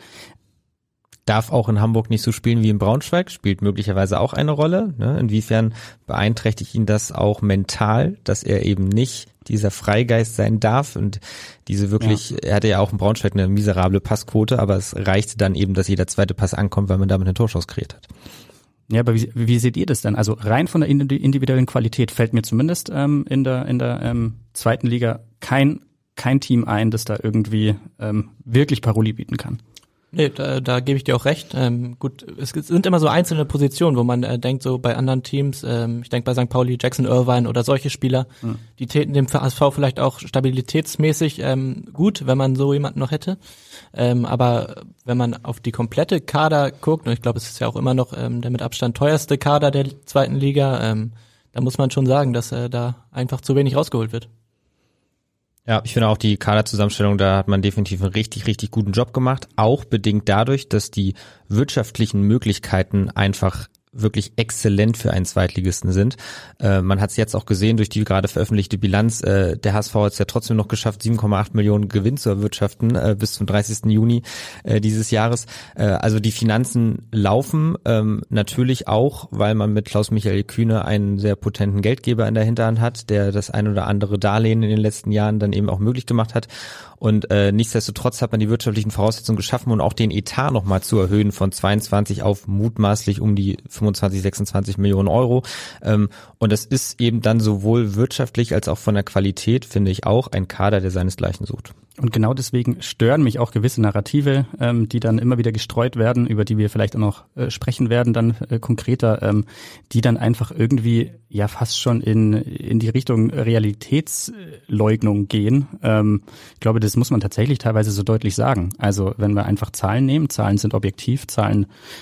darf auch in Hamburg nicht so spielen wie in Braunschweig, spielt möglicherweise auch eine Rolle. Ne? Inwiefern beeinträchtigt ihn das auch mental, dass er eben nicht dieser Freigeist sein darf und diese wirklich, er hatte ja auch in Braunschweig eine miserable Passquote, aber es reichte dann eben, dass jeder zweite Pass ankommt, weil man damit eine Torchance kreiert hat. Ja, aber wie seht ihr das denn? Also rein von der individuellen Qualität fällt mir zumindest in der zweiten Liga kein Team ein, das da irgendwie wirklich Paroli bieten kann. Nee, da gebe ich dir auch recht. Gut, es sind immer so einzelne Positionen, wo man denkt, so bei anderen Teams, ich denke bei St. Pauli, Jackson Irvine oder solche Spieler, die täten dem HSV vielleicht auch stabilitätsmäßig gut, wenn man so jemanden noch hätte. Aber wenn man auf die komplette Kader guckt, und ich glaube, es ist ja auch immer noch der mit Abstand teuerste Kader der zweiten Liga, da muss man schon sagen, dass da einfach zu wenig rausgeholt wird. Ja, ich finde auch die Kaderzusammenstellung, da hat man definitiv einen richtig, richtig guten Job gemacht. Auch bedingt dadurch, dass die wirtschaftlichen Möglichkeiten einfach wirklich exzellent für einen Zweitligisten sind. Man hat es jetzt auch gesehen durch die gerade veröffentlichte Bilanz. Der HSV hat es ja trotzdem noch geschafft, 7,8 Millionen Gewinn zu erwirtschaften bis zum 30. Juni dieses Jahres. Also die Finanzen laufen natürlich auch, weil man mit Klaus-Michael Kühne einen sehr potenten Geldgeber in der Hinterhand hat, der das ein oder andere Darlehen in den letzten Jahren dann eben auch möglich gemacht hat. Und nichtsdestotrotz hat man die wirtschaftlichen Voraussetzungen geschaffen und auch den Etat nochmal zu erhöhen von 22 auf mutmaßlich um die 25, 26 Millionen Euro. Und das ist eben dann sowohl wirtschaftlich als auch von der Qualität, finde ich, auch ein Kader, der seinesgleichen sucht. Und genau deswegen stören mich auch gewisse Narrative, die dann immer wieder gestreut werden, über die wir vielleicht auch noch sprechen werden, dann konkreter, die dann einfach irgendwie ja fast schon in die Richtung Realitätsleugnung gehen. Ich glaube, das muss man tatsächlich teilweise so deutlich sagen. Also wenn wir einfach Zahlen nehmen, Zahlen sind objektiv, Zahlen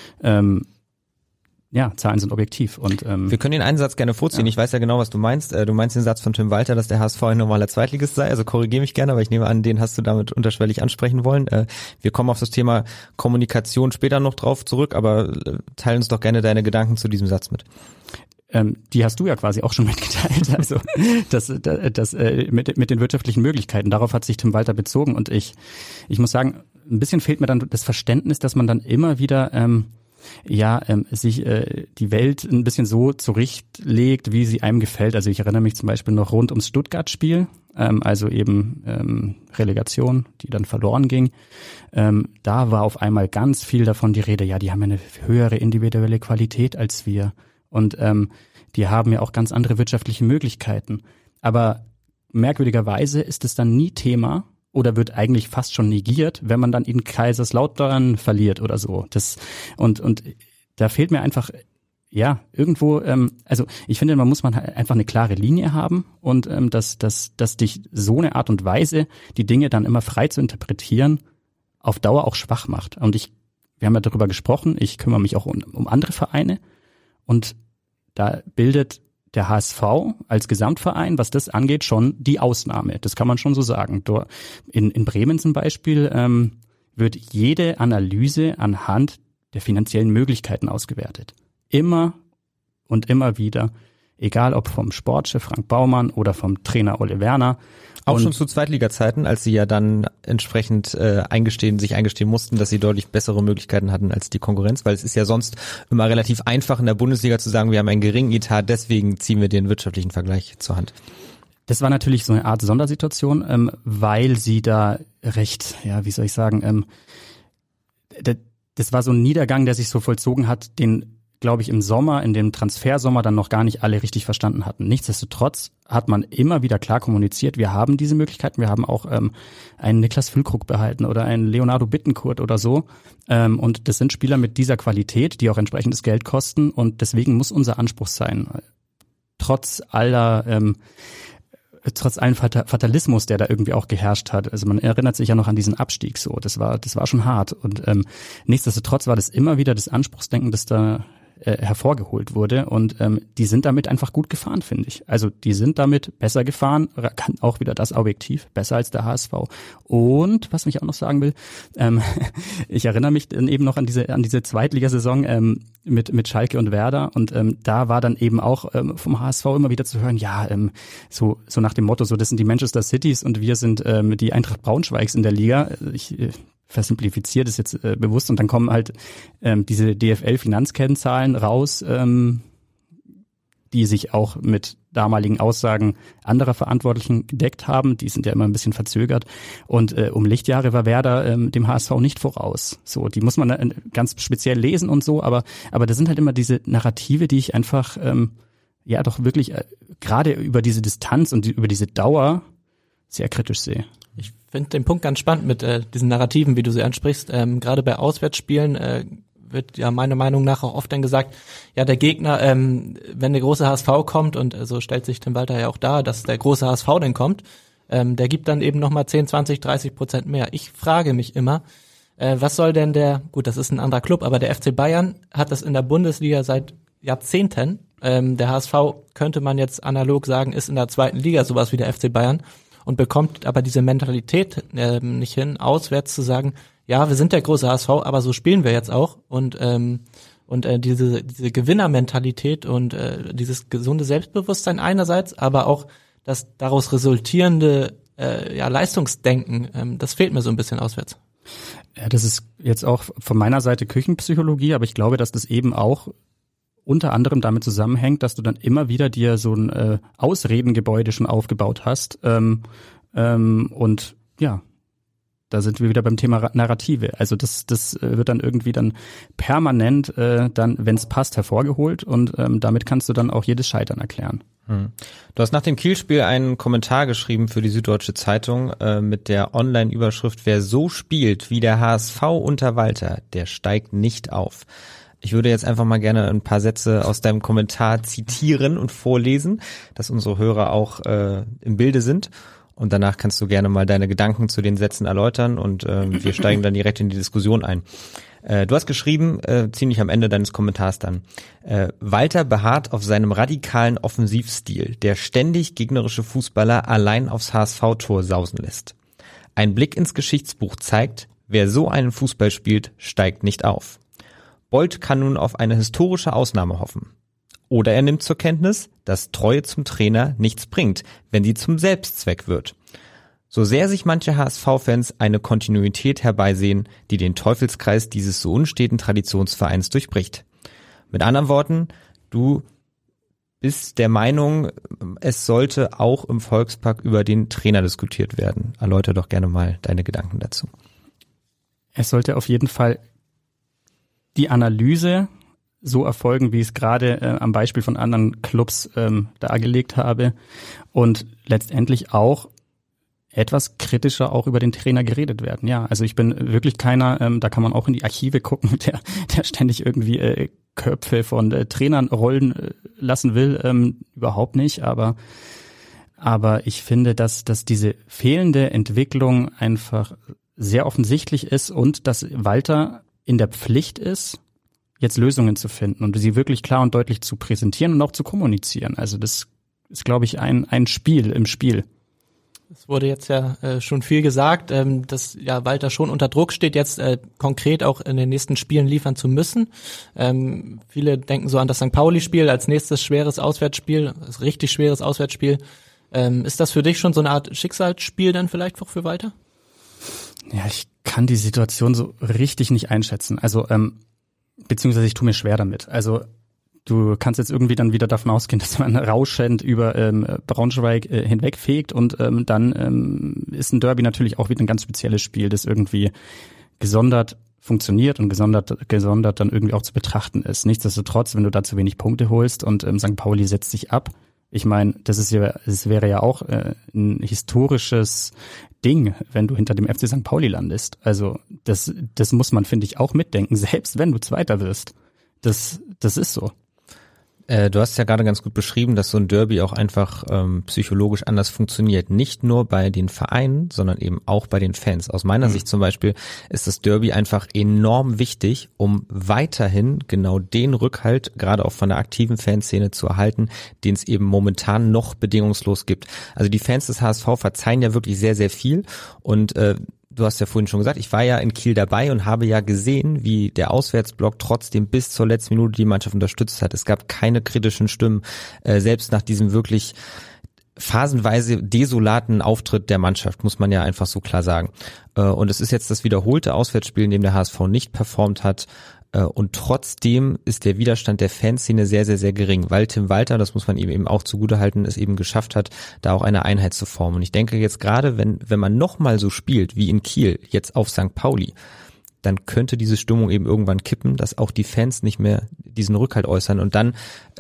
sind objektiv. Und wir können den einen Satz gerne vorziehen. Ja. Ich weiß ja genau, was du meinst. Du meinst den Satz von Tim Walter, dass der HSV ein normaler Zweitligist sei. Also korrigiere mich gerne, aber ich nehme an, den hast du damit unterschwellig ansprechen wollen. Wir kommen auf das Thema Kommunikation später noch drauf zurück, aber teil uns doch gerne deine Gedanken zu diesem Satz mit. Die hast du ja quasi auch schon mitgeteilt, also das mit den wirtschaftlichen Möglichkeiten. Darauf hat sich Tim Walter bezogen und ich muss sagen, ein bisschen fehlt mir dann das Verständnis, dass man dann immer wieder sich die Welt ein bisschen so zurechtlegt, wie sie einem gefällt. Also ich erinnere mich zum Beispiel noch rund ums Stuttgart-Spiel, also eben Relegation, die dann verloren ging. Da war auf einmal ganz viel davon die Rede, ja, die haben eine höhere individuelle Qualität als wir und die haben ja auch ganz andere wirtschaftliche Möglichkeiten. Aber merkwürdigerweise ist es dann nie Thema, oder wird eigentlich fast schon negiert, wenn man dann in Kaiserslautern verliert oder so. Und da fehlt mir einfach, ja, irgendwo, also ich finde, man muss einfach eine klare Linie haben und dass dich so eine Art und Weise, die Dinge dann immer frei zu interpretieren, auf Dauer auch schwach macht. Und wir haben ja darüber gesprochen, ich kümmere mich auch um andere Vereine und da bildet der HSV als Gesamtverein, was das angeht, schon die Ausnahme. Das kann man schon so sagen. In Bremen zum Beispiel wird jede Analyse anhand der finanziellen Möglichkeiten ausgewertet. Immer und immer wieder. Egal ob vom Sportchef Frank Baumann oder vom Trainer Ole Werner. Auch schon zu Zweitliga-Zeiten, als sie ja dann entsprechend sich eingestehen mussten, dass sie deutlich bessere Möglichkeiten hatten als die Konkurrenz, weil es ist ja sonst immer relativ einfach in der Bundesliga zu sagen, wir haben einen geringen Etat, deswegen ziehen wir den wirtschaftlichen Vergleich zur Hand. Das war natürlich so eine Art Sondersituation, weil sie da recht, ja, wie soll ich sagen, das war so ein Niedergang, der sich so vollzogen hat, den glaube ich, im Sommer, in dem Transfersommer dann noch gar nicht alle richtig verstanden hatten. Nichtsdestotrotz hat man immer wieder klar kommuniziert, wir haben diese Möglichkeiten, wir haben auch einen Niklas Füllkrug behalten oder einen Leonardo Bittencourt oder so. Und das sind Spieler mit dieser Qualität, die auch entsprechendes Geld kosten und deswegen muss unser Anspruch sein, trotz allen Fatalismus, der da irgendwie auch geherrscht hat. Also man erinnert sich ja noch an diesen Abstieg so. Das war schon hart. Und nichtsdestotrotz war das immer wieder das Anspruchsdenken, das da hervorgeholt wurde. Und die sind damit einfach gut gefahren, finde ich. Also die sind damit besser gefahren, kann auch wieder das objektiv, besser als der HSV. Und was ich auch noch sagen will, ich erinnere mich dann eben noch an diese Zweitligasaison mit Schalke und Werder. Und da war dann eben auch vom HSV immer wieder zu hören, ja, so nach dem Motto, so das sind die Manchester Cities und wir sind die Eintracht Braunschweigs in der Liga. Ich versimplifiziere das jetzt bewusst und dann kommen halt diese DFL-Finanzkennzahlen raus, die sich auch mit damaligen Aussagen anderer Verantwortlichen gedeckt haben. Die sind ja immer ein bisschen verzögert und um Lichtjahre war Werder dem HSV nicht voraus. So, die muss man ganz speziell lesen und so, aber das sind halt immer diese Narrative, die ich einfach ja doch wirklich gerade über diese Distanz und über diese Dauer sehr kritisch sehe. Ich finde den Punkt ganz spannend mit diesen Narrativen, wie du sie ansprichst. Gerade bei Auswärtsspielen wird ja meiner Meinung nach auch oft dann gesagt, ja, der Gegner, wenn der große HSV kommt, und so stellt sich Tim Walter ja auch dar, dass der große HSV dann kommt, der gibt dann eben nochmal 10, 20, 30% mehr. Ich frage mich immer, was soll denn gut, das ist ein anderer Club, aber der FC Bayern hat das in der Bundesliga seit Jahrzehnten. Der HSV, könnte man jetzt analog sagen, ist in der zweiten Liga sowas wie der FC Bayern. Und bekommt aber diese Mentalität nicht hin, auswärts zu sagen, ja, wir sind der große HSV, aber so spielen wir jetzt auch. Und diese Gewinnermentalität und dieses gesunde Selbstbewusstsein einerseits, aber auch das daraus resultierende Leistungsdenken, das fehlt mir so ein bisschen auswärts. Ja, das ist jetzt auch von meiner Seite Küchenpsychologie, aber ich glaube, dass das eben auch unter anderem damit zusammenhängt, dass du dann immer wieder dir so ein Ausredengebäude schon aufgebaut hast und ja, da sind wir wieder beim Thema Narrative. Also das wird dann irgendwie dann permanent dann, wenn es passt, hervorgeholt und damit kannst du dann auch jedes Scheitern erklären. Du hast nach dem Kiel-Spiel einen Kommentar geschrieben für die Süddeutsche Zeitung mit der Online-Überschrift: Wer so spielt wie der HSV unter Walter, der steigt nicht auf. Ich würde jetzt einfach mal gerne ein paar Sätze aus deinem Kommentar zitieren und vorlesen, dass unsere Hörer auch im Bilde sind. Und danach kannst du gerne mal deine Gedanken zu den Sätzen erläutern und wir steigen dann direkt in die Diskussion ein. Du hast geschrieben, ziemlich am Ende deines Kommentars dann: Walter beharrt auf seinem radikalen Offensivstil, der ständig gegnerische Fußballer allein aufs HSV-Tor sausen lässt. Ein Blick ins Geschichtsbuch zeigt, wer so einen Fußball spielt, steigt nicht auf. Bold kann nun auf eine historische Ausnahme hoffen. Oder er nimmt zur Kenntnis, dass Treue zum Trainer nichts bringt, wenn sie zum Selbstzweck wird. So sehr sich manche HSV-Fans eine Kontinuität herbeisehen, die den Teufelskreis dieses so unsteten Traditionsvereins durchbricht. Mit anderen Worten, du bist der Meinung, es sollte auch im Volkspark über den Trainer diskutiert werden. Erläutere doch gerne mal deine Gedanken dazu. Es sollte auf jeden Fall die Analyse so erfolgen, wie ich es gerade am Beispiel von anderen Clubs dargelegt habe und letztendlich auch etwas kritischer auch über den Trainer geredet werden. Ja, also ich bin wirklich keiner, da kann man auch in die Archive gucken, der ständig irgendwie Köpfe von Trainern rollen lassen will, überhaupt nicht, aber ich finde, dass diese fehlende Entwicklung einfach sehr offensichtlich ist und dass Walter in der Pflicht ist, jetzt Lösungen zu finden und sie wirklich klar und deutlich zu präsentieren und auch zu kommunizieren. Also das ist, glaube ich, ein Spiel im Spiel. Es wurde jetzt ja schon viel gesagt, dass ja Walter schon unter Druck steht, jetzt konkret auch in den nächsten Spielen liefern zu müssen. Viele denken so an das St. Pauli-Spiel als nächstes schweres Auswärtsspiel, das richtig schweres Auswärtsspiel. Ist das für dich schon so eine Art Schicksalsspiel dann vielleicht auch für Walter? Ja, ich kann die Situation so richtig nicht einschätzen. Also beziehungsweise ich tue mir schwer damit. Also du kannst jetzt irgendwie dann wieder davon ausgehen, dass man rauschend über Braunschweig hinwegfegt und dann ist ein Derby natürlich auch wieder ein ganz spezielles Spiel, das irgendwie gesondert funktioniert und gesondert dann irgendwie auch zu betrachten ist. Nichtsdestotrotz, wenn du da zu wenig Punkte holst und St. Pauli setzt sich ab, ich meine, das wäre ja auch ein historisches Ding, wenn du hinter dem FC St. Pauli landest. Also das muss man, finde ich, auch mitdenken, selbst wenn du Zweiter wirst. Das ist so. Du hast ja gerade ganz gut beschrieben, dass so ein Derby auch einfach psychologisch anders funktioniert. Nicht nur bei den Vereinen, sondern eben auch bei den Fans. Aus meiner Sicht zum Beispiel ist das Derby einfach enorm wichtig, um weiterhin genau den Rückhalt, gerade auch von der aktiven Fanszene, zu erhalten, den es eben momentan noch bedingungslos gibt. Also die Fans des HSV verzeihen ja wirklich sehr, sehr viel und du hast ja vorhin schon gesagt, ich war ja in Kiel dabei und habe ja gesehen, wie der Auswärtsblock trotzdem bis zur letzten Minute die Mannschaft unterstützt hat. Es gab keine kritischen Stimmen, selbst nach diesem wirklich phasenweise desolaten Auftritt der Mannschaft, muss man ja einfach so klar sagen. Und es ist jetzt das wiederholte Auswärtsspiel, in dem der HSV nicht performt hat. Und trotzdem ist der Widerstand der Fanszene sehr, sehr, sehr gering, weil Tim Walter, das muss man ihm eben auch zugutehalten, es eben geschafft hat, da auch eine Einheit zu formen. Und ich denke jetzt gerade, wenn man nochmal so spielt wie in Kiel, jetzt auf St. Pauli, dann könnte diese Stimmung eben irgendwann kippen, dass auch die Fans nicht mehr diesen Rückhalt äußern. Und dann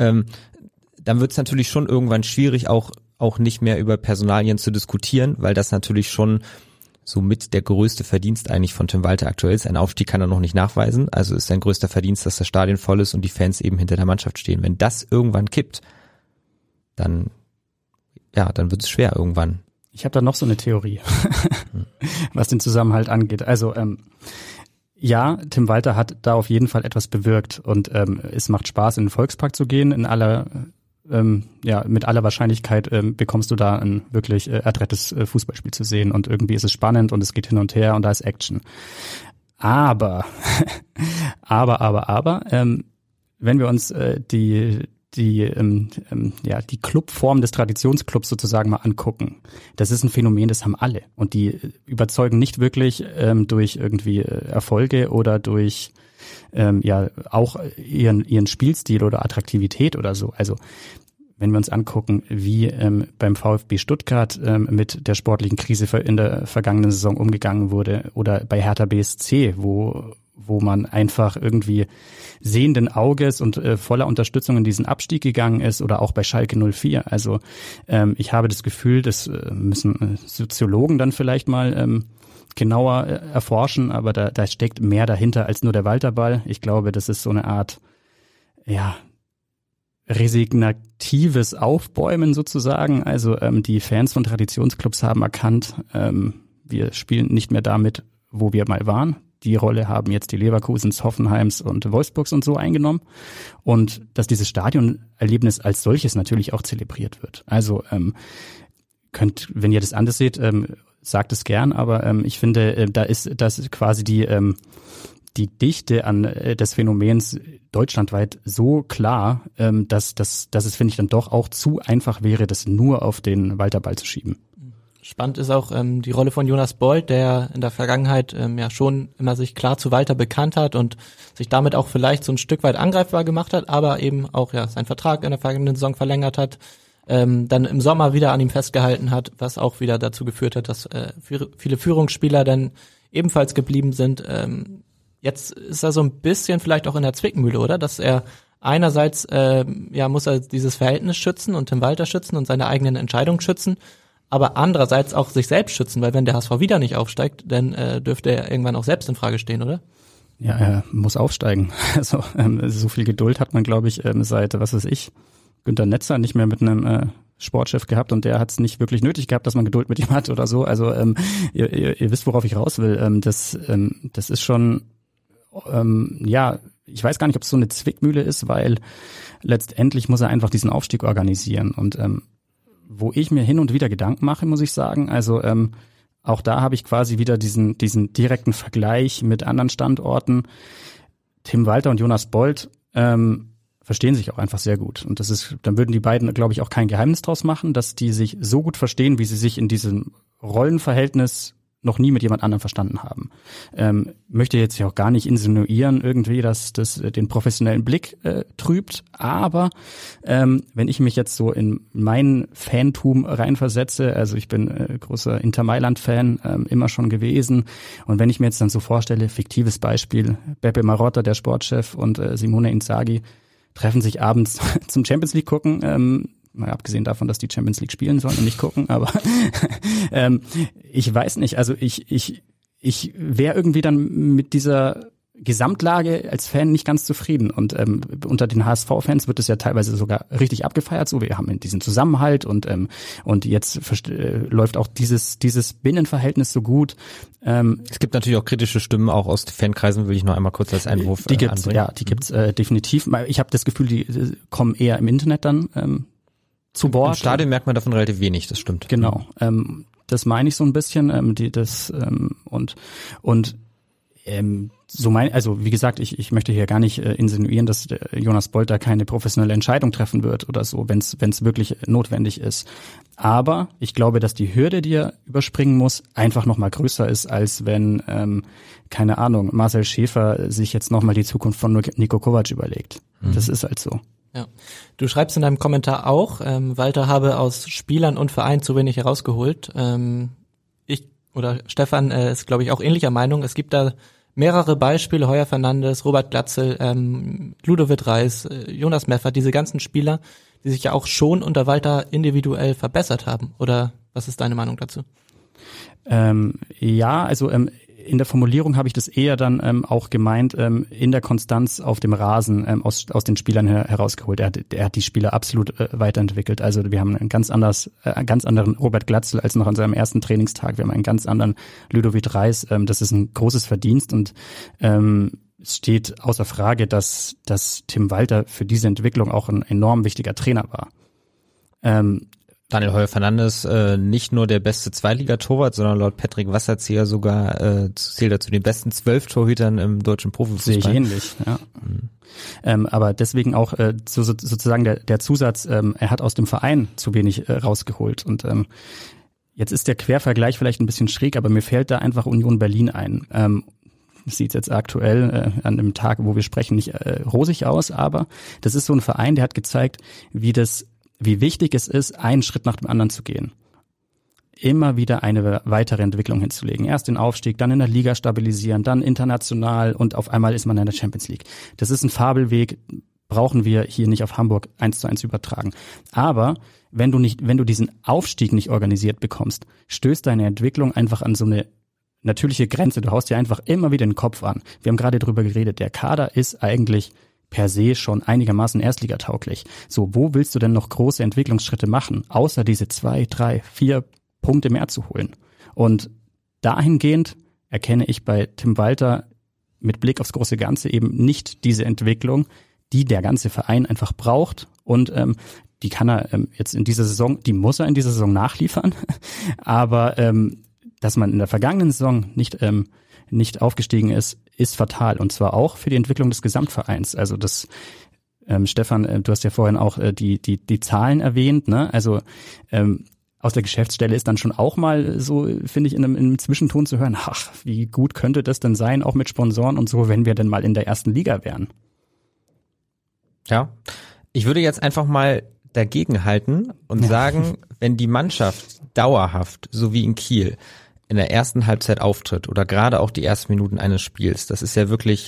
wird es natürlich schon irgendwann schwierig, auch nicht mehr über Personalien zu diskutieren, weil das natürlich schon somit der größte Verdienst eigentlich von Tim Walter aktuell ist. Ein Aufstieg kann er noch nicht nachweisen, also ist sein größter Verdienst, dass das Stadion voll ist und die Fans eben hinter der Mannschaft stehen. Wenn das irgendwann kippt, dann wird es schwer irgendwann. Ich habe da noch so eine Theorie, was den Zusammenhalt angeht. Also ja, Tim Walter hat da auf jeden Fall etwas bewirkt und es macht Spaß, in den Volkspark zu gehen. Mit aller Wahrscheinlichkeit bekommst du da ein wirklich adrettes Fußballspiel zu sehen und irgendwie ist es spannend und es geht hin und her und da ist Action. Aber, wenn wir uns die Clubform des Traditionsclubs sozusagen mal angucken, das ist ein Phänomen, das haben alle und die überzeugen nicht wirklich durch irgendwie Erfolge oder durch auch ihren Spielstil oder Attraktivität oder so. Also wenn wir uns angucken, wie beim VfB Stuttgart mit der sportlichen Krise in der vergangenen Saison umgegangen wurde oder bei Hertha BSC, wo man einfach irgendwie sehenden Auges und voller Unterstützung in diesen Abstieg gegangen ist, oder auch bei Schalke 04. Also ich habe das Gefühl, das müssen Soziologen dann vielleicht mal genauer erforschen, aber da steckt mehr dahinter als nur der Walterball. Ich glaube, das ist so eine Art, ja, resignatives Aufbäumen sozusagen. Also die Fans von Traditionsclubs haben erkannt, wir spielen nicht mehr damit, wo wir mal waren. Die Rolle haben jetzt die Leverkusens, Hoffenheims und Wolfsburgs und so eingenommen. Und dass dieses Stadionerlebnis als solches natürlich auch zelebriert wird. Also wenn ihr das anders seht, sagt es gern, aber ich finde, da ist das quasi die Dichte des Phänomens deutschlandweit so klar, dass es, finde ich, dann doch auch zu einfach wäre, das nur auf den Walterball zu schieben. Spannend ist auch die Rolle von Jonas Bold, der in der Vergangenheit ja schon immer sich klar zu Walter bekannt hat und sich damit auch vielleicht so ein Stück weit angreifbar gemacht hat, aber eben auch ja seinen Vertrag in der vergangenen Saison verlängert hat, dann im Sommer wieder an ihm festgehalten hat, was auch wieder dazu geführt hat, dass viele Führungsspieler dann ebenfalls geblieben sind. Jetzt ist er so ein bisschen vielleicht auch in der Zwickmühle, oder? Dass er einerseits muss er dieses Verhältnis schützen und Tim Walter schützen und seine eigenen Entscheidungen schützen, aber andererseits auch sich selbst schützen, weil wenn der HSV wieder nicht aufsteigt, dann dürfte er irgendwann auch selbst in Frage stehen, oder? Ja, er muss aufsteigen. Also so viel Geduld hat man, glaube ich, seit, was weiß ich, Günter Netzer nicht mehr mit einem Sportchef gehabt, und der hat es nicht wirklich nötig gehabt, dass man Geduld mit ihm hat oder so. Also ihr wisst, worauf ich raus will. Das ist schon, ich weiß gar nicht, ob es so eine Zwickmühle ist, weil letztendlich muss er einfach diesen Aufstieg organisieren. Und wo ich mir hin und wieder Gedanken mache, muss ich sagen, also auch da habe ich quasi wieder diesen direkten Vergleich mit anderen Standorten. Tim Walter und Jonas Bold verstehen sich auch einfach sehr gut. Und dann würden die beiden, glaube ich, auch kein Geheimnis draus machen, dass die sich so gut verstehen, wie sie sich in diesem Rollenverhältnis noch nie mit jemand anderem verstanden haben. Möchte jetzt ja auch gar nicht insinuieren irgendwie, dass das den professionellen Blick trübt, aber wenn ich mich jetzt so in mein Fantum reinversetze, also ich bin großer Inter Mailand-Fan, immer schon gewesen, und wenn ich mir jetzt dann so vorstelle, fiktives Beispiel, Beppe Marotta, der Sportchef, und Simone Inzaghi treffen sich abends zum Champions League gucken, mal abgesehen davon, dass die Champions League spielen sollen und nicht gucken, aber ich weiß nicht, also ich wäre irgendwie dann mit dieser Gesamtlage als Fan nicht ganz zufrieden, und unter den HSV-Fans wird es ja teilweise sogar richtig abgefeiert, so wir haben diesen Zusammenhalt und jetzt läuft auch dieses Binnenverhältnis so gut. Es gibt natürlich auch kritische Stimmen, auch aus Fankreisen, will ich noch einmal kurz als Einwurf anbringen. Ja, die gibt's definitiv. Ich habe das Gefühl, die kommen eher im Internet dann zu Wort. Im Stadion merkt man davon relativ wenig, das stimmt. Genau, das meine ich so ein bisschen, also wie gesagt, ich möchte hier gar nicht insinuieren, dass Jonas Bold da keine professionelle Entscheidung treffen wird oder so, wenn es wirklich notwendig ist. Aber ich glaube, dass die Hürde, die er überspringen muss, einfach nochmal größer ist, als wenn, keine Ahnung, Marcel Schäfer sich jetzt nochmal die Zukunft von Niko Kovac überlegt. Das ist halt so. Ja, du schreibst in deinem Kommentar auch, Walter habe aus Spielern und Verein zu wenig herausgeholt. Stefan ist, glaube ich, auch ähnlicher Meinung. Es gibt da mehrere Beispiele, Heuer Fernandes, Robert Glatzel, Ludovic Reis, Jonas Meffert, diese ganzen Spieler, die sich ja auch schon unter Walter individuell verbessert haben. Oder was ist deine Meinung dazu? In der Formulierung habe ich das eher dann auch gemeint, in der Konstanz auf dem Rasen aus den Spielern herausgeholt. Er hat die Spieler absolut weiterentwickelt. Also wir haben einen ganz anderen Robert Glatzel als noch an seinem ersten Trainingstag. Wir haben einen ganz anderen Ludovic Reis. Das ist ein großes Verdienst, und es steht außer Frage, dass Tim Walter für diese Entwicklung auch ein enorm wichtiger Trainer war. Daniel Heuer Fernandes nicht nur der beste Zweitligatorwart, sondern laut Patrick Wasserzieher sogar zählt er zu den besten 12 Torhütern im deutschen Profifußball. Sehe ich ähnlich, ja. Aber deswegen auch sozusagen der Zusatz, er hat aus dem Verein zu wenig rausgeholt. Und jetzt ist der Quervergleich vielleicht ein bisschen schräg, aber mir fällt da einfach Union Berlin ein. Sieht jetzt aktuell an dem Tag, wo wir sprechen, nicht rosig aus, aber das ist so ein Verein, der hat gezeigt, wie das wie wichtig es ist, einen Schritt nach dem anderen zu gehen. Immer wieder eine weitere Entwicklung hinzulegen. Erst den Aufstieg, dann in der Liga stabilisieren, dann international und auf einmal ist man in der Champions League. Das ist ein Fabelweg, brauchen wir hier nicht auf Hamburg 1:1 übertragen. Aber wenn du diesen Aufstieg nicht organisiert bekommst, stößt deine Entwicklung einfach an so eine natürliche Grenze. Du haust dir einfach immer wieder den Kopf an. Wir haben gerade drüber geredet, der Kader ist eigentlich per se schon einigermaßen erstligatauglich. So, wo willst du denn noch große Entwicklungsschritte machen, außer diese 2, 3, 4 Punkte mehr zu holen? Und dahingehend erkenne ich bei Tim Walter mit Blick aufs große Ganze eben nicht diese Entwicklung, die der ganze Verein einfach braucht. Und die kann er jetzt in dieser Saison, die muss er in dieser Saison nachliefern. Aber dass man in der vergangenen Saison nicht aufgestiegen ist fatal. Und zwar auch für die Entwicklung des Gesamtvereins. Also das, Stefan, du hast ja vorhin auch die Zahlen erwähnt, ne? Also aus der Geschäftsstelle ist dann schon auch mal so, finde ich, in einem Zwischenton zu hören, ach, wie gut könnte das denn sein, auch mit Sponsoren und so, wenn wir denn mal in der ersten Liga wären. Ja, ich würde jetzt einfach mal dagegen halten und sagen, wenn die Mannschaft dauerhaft, so wie in Kiel, in der ersten Halbzeit auftritt oder gerade auch die ersten Minuten eines Spiels, das ist ja wirklich,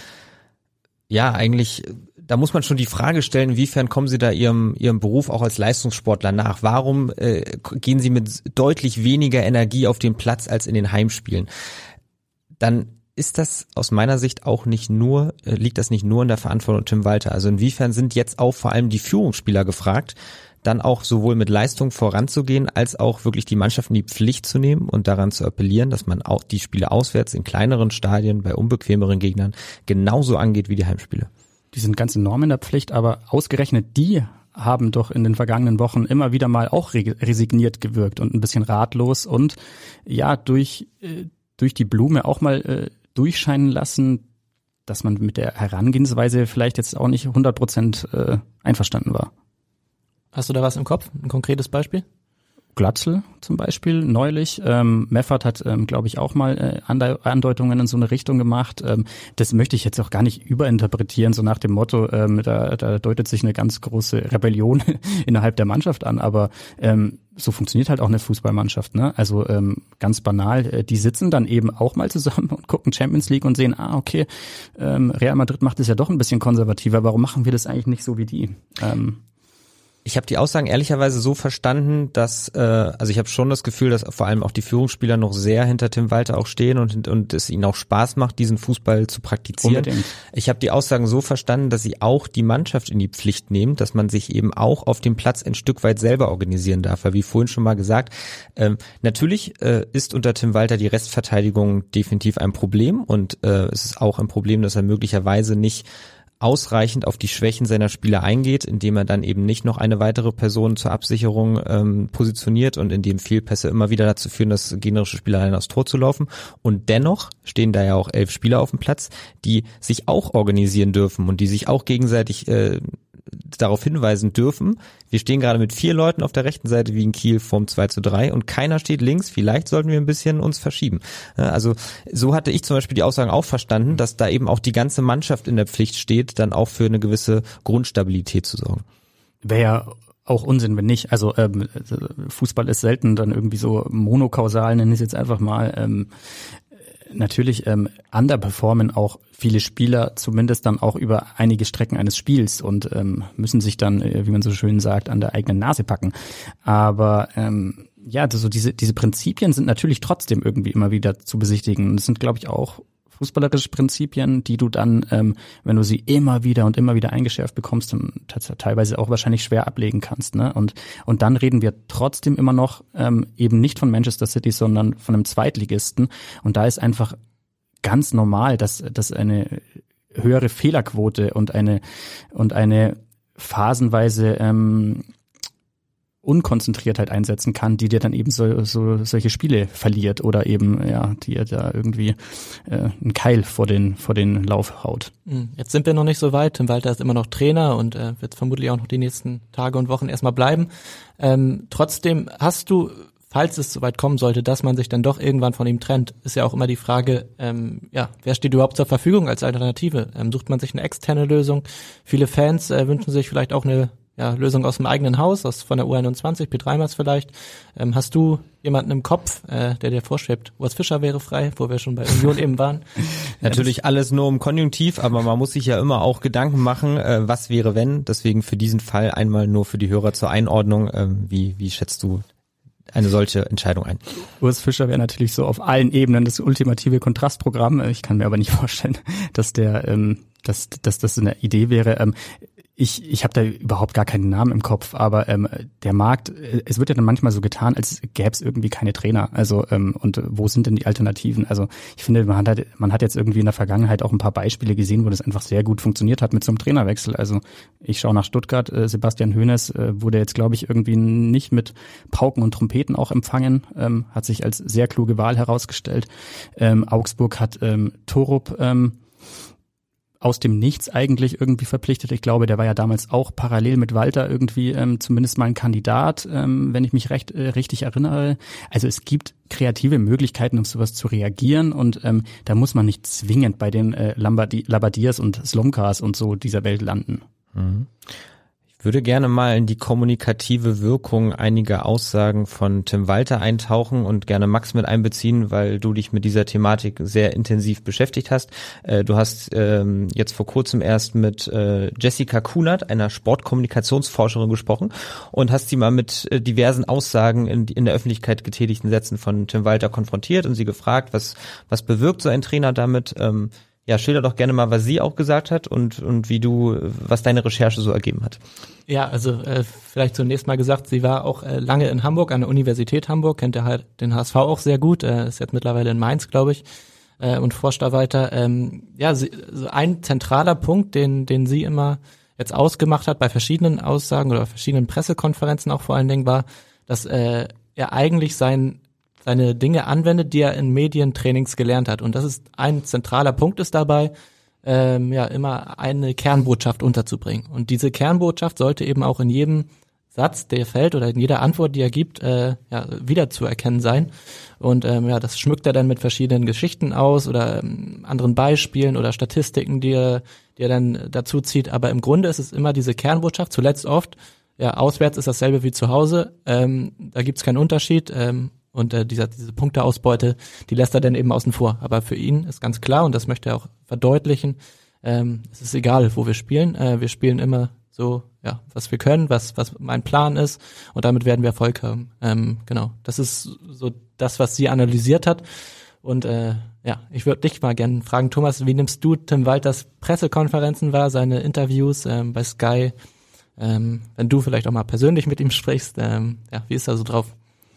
eigentlich, da muss man schon die Frage stellen, inwiefern kommen Sie da Ihrem Beruf auch als Leistungssportler nach? Warum gehen Sie mit deutlich weniger Energie auf den Platz als in den Heimspielen? Dann ist das aus meiner Sicht auch liegt das nicht nur in der Verantwortung Tim Walter. Also inwiefern sind jetzt auch vor allem die Führungsspieler gefragt, dann auch sowohl mit Leistung voranzugehen, als auch wirklich die Mannschaft in die Pflicht zu nehmen und daran zu appellieren, dass man auch die Spiele auswärts in kleineren Stadien bei unbequemeren Gegnern genauso angeht wie die Heimspiele. Die sind ganz enorm in der Pflicht, aber ausgerechnet die haben doch in den vergangenen Wochen immer wieder mal auch resigniert gewirkt und ein bisschen ratlos und ja, durch die Blume auch mal durchscheinen lassen, dass man mit der Herangehensweise vielleicht jetzt auch nicht 100% einverstanden war. Hast du da was im Kopf? Ein konkretes Beispiel? Glatzel zum Beispiel neulich. Meffert hat, glaube ich, auch mal Andeutungen in so eine Richtung gemacht. Das möchte ich jetzt auch gar nicht überinterpretieren, so nach dem Motto, da deutet sich eine ganz große Rebellion innerhalb der Mannschaft an. Aber so funktioniert halt auch eine Fußballmannschaft, ne? Also ganz banal, die sitzen dann eben auch mal zusammen und gucken Champions League und sehen, okay, Real Madrid macht es ja doch ein bisschen konservativer. Warum machen wir das eigentlich nicht so wie die? Ich habe die Aussagen ehrlicherweise so verstanden, dass, also ich habe schon das Gefühl, dass vor allem auch die Führungsspieler noch sehr hinter Tim Walter auch stehen und es ihnen auch Spaß macht, diesen Fußball zu praktizieren. Unbedingt. Ich habe die Aussagen so verstanden, dass sie auch die Mannschaft in die Pflicht nehmen, dass man sich eben auch auf dem Platz ein Stück weit selber organisieren darf. Weil wie vorhin schon mal gesagt, natürlich ist unter Tim Walter die Restverteidigung definitiv ein Problem und es ist auch ein Problem, dass er möglicherweise nicht ausreichend auf die Schwächen seiner Spieler eingeht, indem er dann eben nicht noch eine weitere Person zur Absicherung positioniert und indem Fehlpässe immer wieder dazu führen, dass gegnerische Spieler allein aufs Tor zu laufen. Und dennoch stehen da ja auch 11 Spieler auf dem Platz, die sich auch organisieren dürfen und die sich auch gegenseitig darauf hinweisen dürfen. Wir stehen gerade mit 4 Leuten auf der rechten Seite wie in Kiel vorm 2:3 und keiner steht links. Vielleicht sollten wir ein bisschen uns verschieben. Also so hatte ich zum Beispiel die Aussagen auch verstanden, dass da eben auch die ganze Mannschaft in der Pflicht steht, dann auch für eine gewisse Grundstabilität zu sorgen. Wäre ja auch Unsinn, wenn nicht. Also Fußball ist selten dann irgendwie so monokausal, nenne ich es jetzt einfach mal. Natürlich underperformen auch viele Spieler zumindest dann auch über einige Strecken eines Spiels und müssen sich dann, wie man so schön sagt, an der eigenen Nase packen. Aber so diese Prinzipien sind natürlich trotzdem irgendwie immer wieder zu besichtigen. Das sind, glaube ich, auch fußballerische Prinzipien, die du dann, wenn du sie immer wieder eingeschärft bekommst, dann teilweise auch wahrscheinlich schwer ablegen kannst, ne? Und dann reden wir trotzdem immer noch eben nicht von Manchester City, sondern von einem Zweitligisten. Und da ist einfach ganz normal, dass eine höhere Fehlerquote und eine phasenweise Unkonzentriertheit einsetzen kann, die dir dann eben solche Spiele verliert oder eben die da irgendwie einen Keil vor den Lauf haut. Jetzt sind wir noch nicht so weit. Tim Walter ist immer noch Trainer und wird vermutlich auch noch die nächsten Tage und Wochen erstmal bleiben. Trotzdem hast du, falls es soweit kommen sollte, dass man sich dann doch irgendwann von ihm trennt, ist ja auch immer die Frage, wer steht überhaupt zur Verfügung als Alternative? Sucht man sich eine externe Lösung? Viele Fans wünschen sich vielleicht auch eine Lösung aus dem eigenen Haus, von der U21, Piet Reimers vielleicht. Hast du jemanden im Kopf, der dir vorschwebt? Urs Fischer wäre frei, wo wir schon bei Union eben waren. Natürlich alles nur im Konjunktiv, aber man muss sich ja immer auch Gedanken machen, was wäre wenn. Deswegen für diesen Fall einmal nur für die Hörer zur Einordnung. Wie schätzt du eine solche Entscheidung ein? Urs Fischer wäre natürlich so auf allen Ebenen das ultimative Kontrastprogramm. Ich kann mir aber nicht vorstellen, dass dass das eine Idee wäre. Ich habe da überhaupt gar keinen Namen im Kopf, aber der Markt, es wird ja dann manchmal so getan, als gäbe es irgendwie keine Trainer. Also und wo sind denn die Alternativen? Also ich finde, man hat jetzt irgendwie in der Vergangenheit auch ein paar Beispiele gesehen, wo das einfach sehr gut funktioniert hat mit so einem Trainerwechsel. Also ich schaue nach Stuttgart, Sebastian Hoeneß wurde jetzt, glaube ich, irgendwie nicht mit Pauken und Trompeten auch empfangen, hat sich als sehr kluge Wahl herausgestellt. Augsburg hat Torup aus dem Nichts eigentlich irgendwie verpflichtet. Ich glaube, der war ja damals auch parallel mit Walter irgendwie zumindest mal ein Kandidat, wenn ich mich richtig erinnere. Also es gibt kreative Möglichkeiten, um sowas zu reagieren und da muss man nicht zwingend bei den Labadiers und Slomkas und so dieser Welt landen. Mhm. Ich würde gerne mal in die kommunikative Wirkung einiger Aussagen von Tim Walter eintauchen und gerne Max mit einbeziehen, weil du dich mit dieser Thematik sehr intensiv beschäftigt hast. Du hast jetzt vor kurzem erst mit Jessica Kunert, einer Sportkommunikationsforscherin, gesprochen und hast sie mal mit diversen Aussagen in der Öffentlichkeit getätigten Sätzen von Tim Walter konfrontiert und sie gefragt, was bewirkt so ein Trainer damit? Schilder doch gerne mal, was sie auch gesagt hat und was deine Recherche so ergeben hat. Ja, also vielleicht zunächst mal gesagt, sie war auch lange in Hamburg, an der Universität Hamburg, kennt ja halt den HSV auch sehr gut, ist jetzt mittlerweile in Mainz, glaube ich, und forscht da weiter. So ein zentraler Punkt, den sie immer jetzt ausgemacht hat bei verschiedenen Aussagen oder verschiedenen Pressekonferenzen auch vor allen Dingen, war, dass er eigentlich seine Dinge anwendet, die er in Medientrainings gelernt hat. Und das ist ein zentraler Punkt ist dabei, immer eine Kernbotschaft unterzubringen. Und diese Kernbotschaft sollte eben auch in jedem Satz, der fällt, oder in jeder Antwort, die er gibt, wiederzuerkennen sein. Und das schmückt er dann mit verschiedenen Geschichten aus oder anderen Beispielen oder Statistiken, die er dann dazu zieht. Aber im Grunde ist es immer diese Kernbotschaft, zuletzt oft, auswärts ist dasselbe wie zu Hause, da gibt's keinen Unterschied, und diese Punkteausbeute, die lässt er dann eben außen vor. Aber für ihn ist ganz klar, und das möchte er auch verdeutlichen, es ist egal, wo wir spielen. Wir spielen immer so, was wir können, was mein Plan ist, und damit werden wir Erfolg haben. Genau, das ist so das, was sie analysiert hat. Und ich würde dich mal gerne fragen, Thomas, wie nimmst du Tim Walters Pressekonferenzen wahr, seine Interviews bei Sky? Wenn du vielleicht auch mal persönlich mit ihm sprichst, wie ist er so drauf?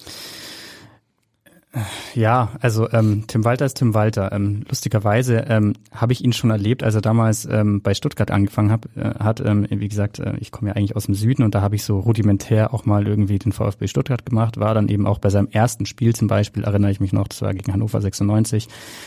Ja, also Tim Walter ist Tim Walter. Lustigerweise habe ich ihn schon erlebt, als er damals bei Stuttgart angefangen hat. Wie gesagt, ich komme ja eigentlich aus dem Süden und da habe ich so rudimentär auch mal irgendwie den VfB Stuttgart gemacht, war dann eben auch bei seinem ersten Spiel zum Beispiel, erinnere ich mich noch, das war gegen Hannover 96.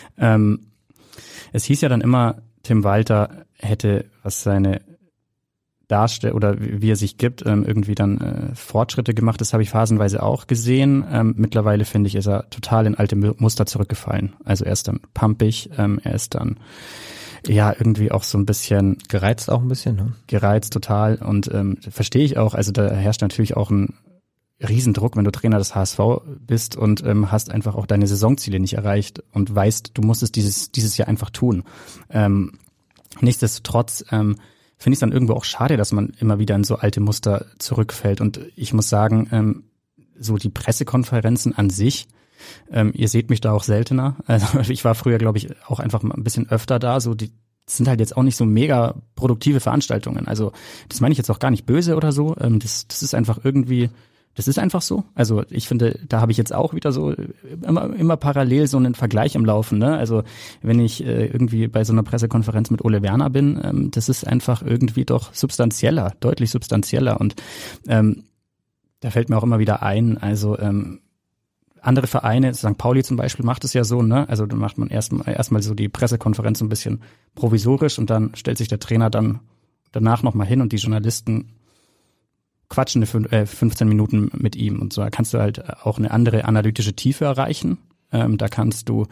Es hieß ja dann immer, Tim Walter hätte, was seine darstellt oder wie er sich gibt, irgendwie dann Fortschritte gemacht. Das habe ich phasenweise auch gesehen. Mittlerweile finde ich, ist er total in alte Muster zurückgefallen. Also er ist dann pumpig, er ist dann irgendwie auch so ein bisschen gereizt auch ein bisschen, ne? Gereizt total und verstehe ich auch. Also da herrscht natürlich auch ein Riesendruck, wenn du Trainer des HSV bist und hast einfach auch deine Saisonziele nicht erreicht und weißt, du musst es dieses Jahr einfach tun. Nichtsdestotrotz finde ich es dann irgendwo auch schade, dass man immer wieder in so alte Muster zurückfällt. Und ich muss sagen, so die Pressekonferenzen an sich, ihr seht mich da auch seltener. Also ich war früher, glaube ich, auch einfach mal ein bisschen öfter da. So das sind halt jetzt auch nicht so mega produktive Veranstaltungen. Also das meine ich jetzt auch gar nicht böse oder so. Das ist einfach irgendwie... Das ist einfach so. Also ich finde, da habe ich jetzt auch wieder so immer parallel so einen Vergleich im Laufen. Ne? Also wenn ich irgendwie bei so einer Pressekonferenz mit Ole Werner bin, das ist einfach irgendwie doch substanzieller, deutlich substanzieller. Und da fällt mir auch immer wieder ein, also andere Vereine, St. Pauli zum Beispiel macht es ja so, ne? Also da macht man erstmal so die Pressekonferenz so ein bisschen provisorisch und dann stellt sich der Trainer dann danach nochmal hin und die Journalisten quatschen 15 Minuten mit ihm und so. Da kannst du halt auch eine andere analytische Tiefe erreichen. Da kannst du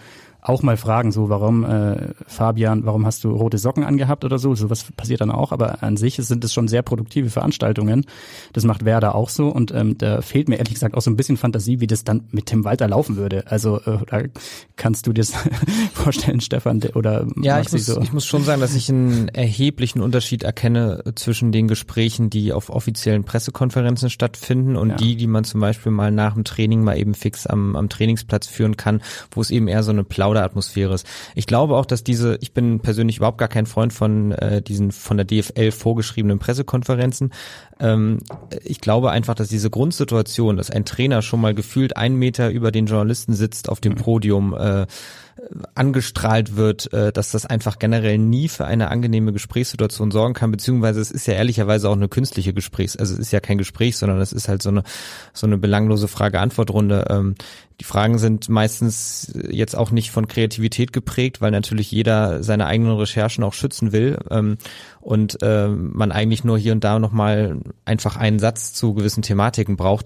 auch mal fragen, so warum, Fabian, warum hast du rote Socken angehabt oder so? Sowas passiert dann auch, aber an sich sind es schon sehr produktive Veranstaltungen. Das macht Werder auch so und da fehlt mir ehrlich gesagt auch so ein bisschen Fantasie, wie das dann mit Tim Walter laufen würde. Also da kannst du dir das vorstellen, Stefan, oder ja, Maxi, ich muss schon sagen, dass ich einen erheblichen Unterschied erkenne zwischen den Gesprächen, die auf offiziellen Pressekonferenzen stattfinden und die man zum Beispiel mal nach dem Training mal eben fix am Trainingsplatz führen kann, wo es eben eher so eine Plauderatmosphäre ist. Ich glaube auch, dass ich bin persönlich überhaupt gar kein Freund von diesen von der DFL vorgeschriebenen Pressekonferenzen. Ich glaube einfach, dass diese Grundsituation, dass ein Trainer schon mal gefühlt 1 Meter über den Journalisten sitzt auf dem Podium, angestrahlt wird, dass das einfach generell nie für eine angenehme Gesprächssituation sorgen kann, beziehungsweise es ist ja ehrlicherweise auch eine künstliche also es ist ja kein Gespräch, sondern es ist halt so eine belanglose Frage-Antwort-Runde. Die Fragen sind meistens jetzt auch nicht von Kreativität geprägt, weil natürlich jeder seine eigenen Recherchen auch schützen will und man eigentlich nur hier und da nochmal einfach einen Satz zu gewissen Thematiken braucht.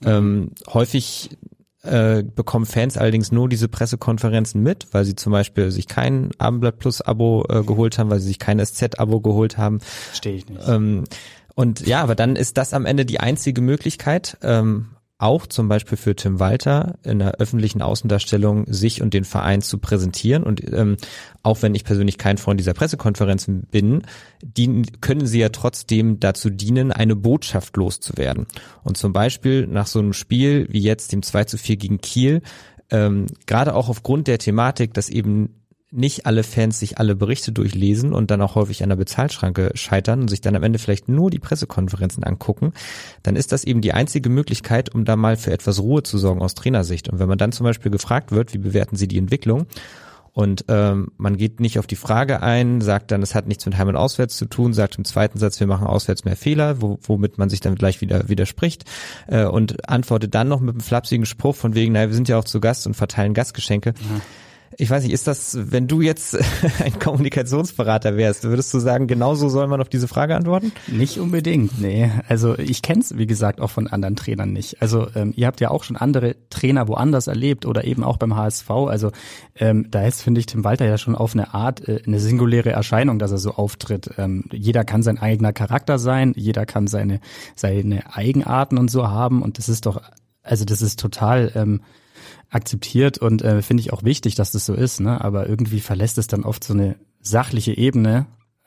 Häufig bekommen Fans allerdings nur diese Pressekonferenzen mit, weil sie zum Beispiel sich kein Abendblatt Plus Abo geholt haben, weil sie sich kein SZ-Abo geholt haben. Verstehe ich nicht. Und ja, aber dann ist das am Ende die einzige Möglichkeit, auch zum Beispiel für Tim Walter in der öffentlichen Außendarstellung sich und den Verein zu präsentieren. Und auch wenn ich persönlich kein Freund dieser Pressekonferenzen bin, können sie ja trotzdem dazu dienen, eine Botschaft loszuwerden. Und zum Beispiel nach so einem Spiel wie jetzt dem 2:4 gegen Kiel, gerade auch aufgrund der Thematik, dass eben nicht alle Fans sich alle Berichte durchlesen und dann auch häufig an der Bezahlschranke scheitern und sich dann am Ende vielleicht nur die Pressekonferenzen angucken, dann ist das eben die einzige Möglichkeit, um da mal für etwas Ruhe zu sorgen aus Trainersicht. Und wenn man dann zum Beispiel gefragt wird, wie bewerten Sie die Entwicklung? Und man geht nicht auf die Frage ein, sagt dann, es hat nichts mit Heim- und Auswärts zu tun, sagt im zweiten Satz, wir machen auswärts mehr Fehler, womit man sich dann gleich wieder widerspricht und antwortet dann noch mit einem flapsigen Spruch von wegen, naja, wir sind ja auch zu Gast und verteilen Gastgeschenke. Ja. Ich weiß nicht, ist das, wenn du jetzt ein Kommunikationsberater wärst, würdest du sagen, genauso soll man auf diese Frage antworten? Nicht unbedingt, nee. Also ich kenne es, wie gesagt, auch von anderen Trainern nicht. Also ihr habt ja auch schon andere Trainer woanders erlebt oder eben auch beim HSV. Also da ist, finde ich, Tim Walter ja schon auf eine Art eine singuläre Erscheinung, dass er so auftritt. Jeder kann sein eigener Charakter sein, jeder kann seine Eigenarten und so haben und das ist doch, also das ist total akzeptiert und finde ich auch wichtig, dass das so ist, ne? Aber irgendwie verlässt es dann oft so eine sachliche Ebene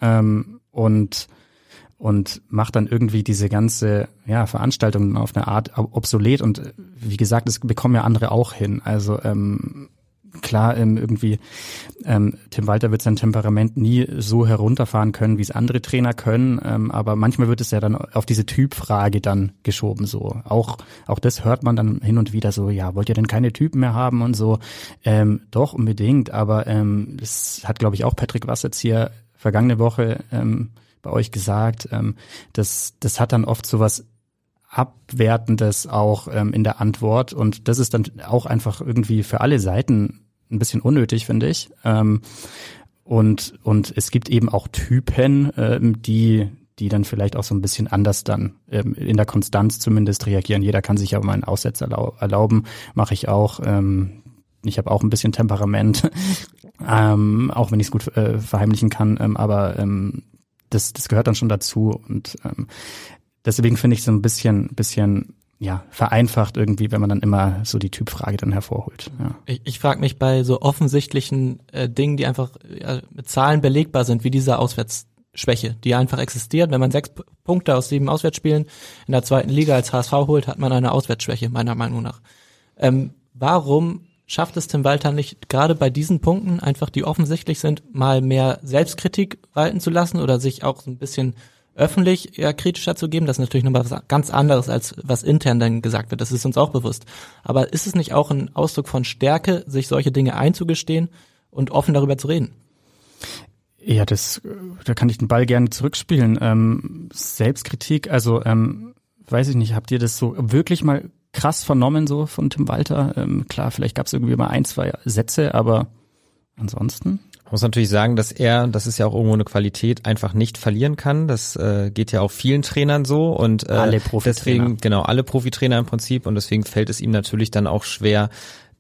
und macht dann irgendwie diese ganze Veranstaltung auf eine Art obsolet und wie gesagt, das bekommen ja andere auch hin. Also klar, irgendwie Tim Walter wird sein Temperament nie so herunterfahren können, wie es andere Trainer können, aber manchmal wird es ja dann auf diese Typfrage dann geschoben, so. Auch das hört man dann hin und wieder so, ja, wollt ihr denn keine Typen mehr haben und so? Doch, unbedingt, aber das hat, glaube ich, auch Patrick Wasserz hier vergangene Woche bei euch gesagt, das hat dann oft sowas Abwertendes auch in der Antwort und das ist dann auch einfach irgendwie für alle Seiten ein bisschen unnötig, finde ich. Und es gibt eben auch Typen, die dann vielleicht auch so ein bisschen anders dann in der Konstanz zumindest reagieren. Jeder kann sich ja mal einen Aussetzer erlauben, mache ich auch. Ich habe auch ein bisschen Temperament, auch wenn ich es gut verheimlichen kann, aber das gehört dann schon dazu und deswegen finde ich so ein bisschen vereinfacht irgendwie, wenn man dann immer so die Typfrage dann hervorholt. Ja. Ich frage mich bei so offensichtlichen Dingen, die einfach mit Zahlen belegbar sind, wie diese Auswärtsschwäche, die einfach existiert. Wenn man 6 Punkte aus 7 Auswärtsspielen in der 2. Liga als HSV holt, hat man eine Auswärtsschwäche, meiner Meinung nach. Warum schafft es Tim Walter nicht, gerade bei diesen Punkten, einfach die offensichtlich sind, mal mehr Selbstkritik walten zu lassen oder sich auch so ein bisschen öffentlich eher kritischer zu geben? Das ist natürlich noch was ganz anderes, als was intern dann gesagt wird. Das ist uns auch bewusst. Aber ist es nicht auch ein Ausdruck von Stärke, sich solche Dinge einzugestehen und offen darüber zu reden? Ja, da kann ich den Ball gerne zurückspielen. Selbstkritik, also weiß ich nicht, habt ihr das so wirklich mal krass vernommen so von Tim Walter? Klar, vielleicht gab es irgendwie mal 1, 2 Sätze, aber ansonsten? Ich muss natürlich sagen, dass das ist ja auch irgendwo eine Qualität, einfach nicht verlieren kann. Das geht ja auch vielen Trainern so und alle Profitrainer. Deswegen, genau, alle Profitrainer im Prinzip und deswegen fällt es ihm natürlich dann auch schwer,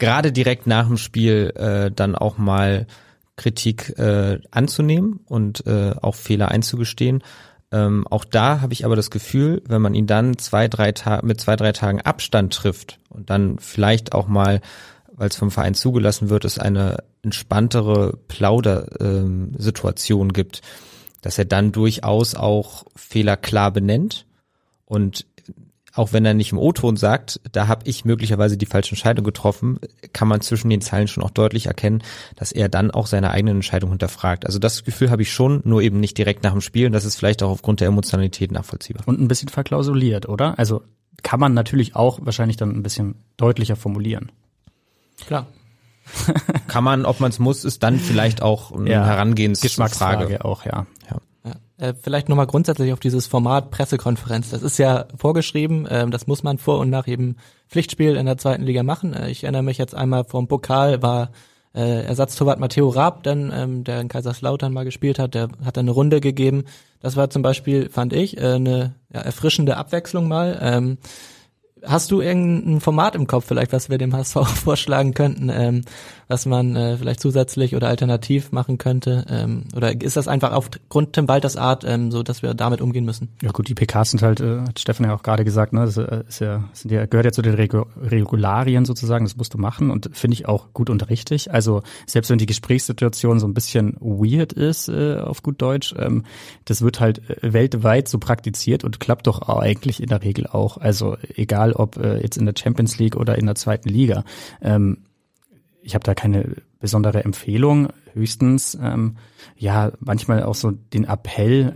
gerade direkt nach dem Spiel dann auch mal Kritik anzunehmen und auch Fehler einzugestehen. Auch da habe ich aber das Gefühl, wenn man ihn dann mit 2-3 Tagen Abstand trifft und dann vielleicht auch mal, weil es vom Verein zugelassen wird, es eine entspanntere Plaudersituation gibt, dass er dann durchaus auch Fehler klar benennt und auch wenn er nicht im O-Ton sagt, da habe ich möglicherweise die falsche Entscheidung getroffen, kann man zwischen den Zeilen schon auch deutlich erkennen, dass er dann auch seine eigenen Entscheidungen hinterfragt. Also das Gefühl habe ich schon, nur eben nicht direkt nach dem Spiel und das ist vielleicht auch aufgrund der Emotionalität nachvollziehbar. Und ein bisschen verklausuliert, oder? Also kann man natürlich auch wahrscheinlich dann ein bisschen deutlicher formulieren. Klar. Kann man, ob man es muss, ist dann vielleicht auch eine Herangehensfrage. Geschmacksfrage auch, ja. Vielleicht nochmal grundsätzlich auf dieses Format Pressekonferenz. Das ist ja vorgeschrieben, das muss man vor und nach jedem Pflichtspiel in der 2. Liga machen. Ich erinnere mich jetzt einmal vom Pokal war Ersatztorwart Matteo Raab, dann, der in Kaiserslautern mal gespielt hat, der hat dann eine Runde gegeben. Das war zum Beispiel, fand ich, eine erfrischende Abwechslung mal. Hast du irgendein Format im Kopf vielleicht, was wir dem HSV vorschlagen könnten, was man vielleicht zusätzlich oder alternativ machen könnte? Oder ist das einfach aufgrund Tim Walters Art so, dass wir damit umgehen müssen? Ja gut, die PKs sind halt, hat Steffen ja auch gerade gesagt, ne, das gehört ja zu den Regularien sozusagen, das musst du machen und finde ich auch gut und richtig. Also selbst wenn die Gesprächssituation so ein bisschen weird ist, auf gut Deutsch, das wird halt weltweit so praktiziert und klappt doch eigentlich in der Regel auch. Also egal ob jetzt in der Champions League oder in der 2. Liga. Ich habe da keine besondere Empfehlung, höchstens manchmal auch so den Appell,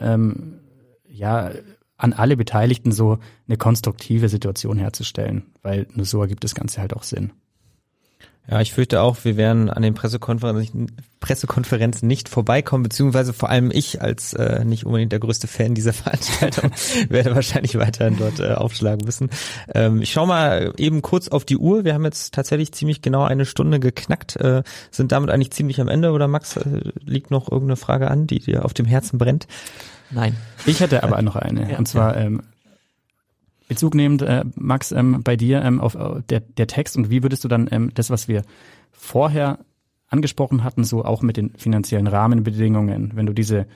an alle Beteiligten so eine konstruktive Situation herzustellen, weil nur so ergibt das Ganze halt auch Sinn. Ja, ich fürchte auch, wir werden an den Pressekonferenzen nicht vorbeikommen, beziehungsweise vor allem ich als nicht unbedingt der größte Fan dieser Veranstaltung werde wahrscheinlich weiterhin dort aufschlagen müssen. Ich schaue mal eben kurz auf die Uhr. Wir haben jetzt tatsächlich ziemlich genau 1 Stunde geknackt, sind damit eigentlich ziemlich am Ende. Oder Max, liegt noch irgendeine Frage an, die dir auf dem Herzen brennt? Nein. Ich hätte aber noch eine, ja, und zwar Bezug nehmend, Max, bei dir auf der Text und wie würdest du dann das, was wir vorher angesprochen hatten, so auch mit den finanziellen Rahmenbedingungen, wenn du diese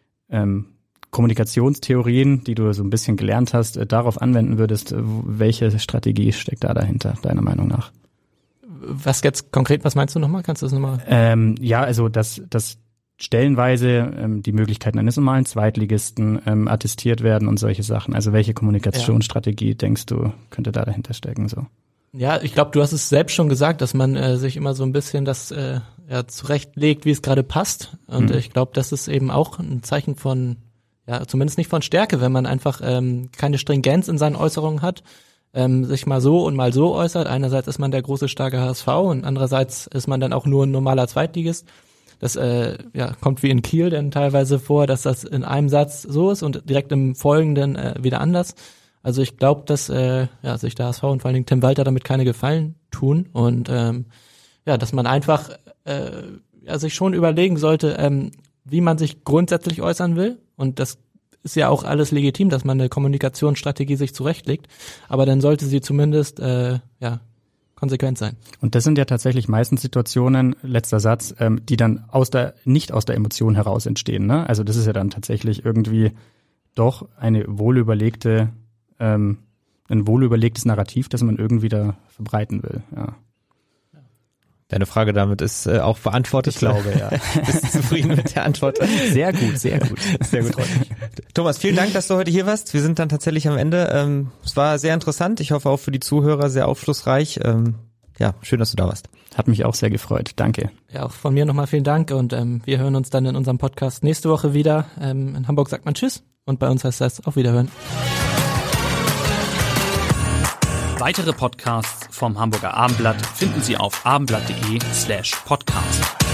Kommunikationstheorien, die du so ein bisschen gelernt hast, darauf anwenden würdest, welche Strategie steckt da dahinter, deiner Meinung nach? Was jetzt konkret, was meinst du nochmal? Kannst du das nochmal? Also das stellenweise die Möglichkeiten eines normalen Zweitligisten attestiert werden und solche Sachen. Also welche Kommunikationsstrategie denkst du, könnte da dahinter stecken? So? Ja, ich glaube, du hast es selbst schon gesagt, dass man sich immer so ein bisschen das zurechtlegt, wie es gerade passt. Und ich glaube, das ist eben auch ein Zeichen von, zumindest nicht von Stärke, wenn man einfach keine Stringenz in seinen Äußerungen hat, sich mal so und mal so äußert. Einerseits ist man der große, starke HSV und andererseits ist man dann auch nur ein normaler Zweitligist. Das kommt wie in Kiel dann teilweise vor, dass das in einem Satz so ist und direkt im Folgenden wieder anders. Also ich glaube, dass sich der HSV und vor allen Dingen Tim Walter damit keine Gefallen tun und dass man einfach sich schon überlegen sollte, wie man sich grundsätzlich äußern will, und das ist ja auch alles legitim, dass man eine Kommunikationsstrategie sich zurechtlegt, aber dann sollte sie zumindest konsequent sein. Und das sind ja tatsächlich meistens Situationen, letzter Satz, die dann nicht aus der Emotion heraus entstehen, ne? Also das ist ja dann tatsächlich irgendwie doch ein wohlüberlegtes Narrativ, das man irgendwie da verbreiten will, ja. Deine Frage damit ist auch beantwortet. Ich glaube, ja. Bist du zufrieden mit der Antwort? Sehr gut, sehr gut. Sehr gut. Thomas, vielen Dank, dass du heute hier warst. Wir sind dann tatsächlich am Ende. Es war sehr interessant. Ich hoffe auch für die Zuhörer sehr aufschlussreich. Schön, dass du da warst. Hat mich auch sehr gefreut. Danke. Ja, auch von mir nochmal vielen Dank und wir hören uns dann in unserem Podcast nächste Woche wieder. In Hamburg sagt man Tschüss und bei uns heißt das auf Wiederhören. Weitere Podcasts vom Hamburger Abendblatt finden Sie auf abendblatt.de/podcast.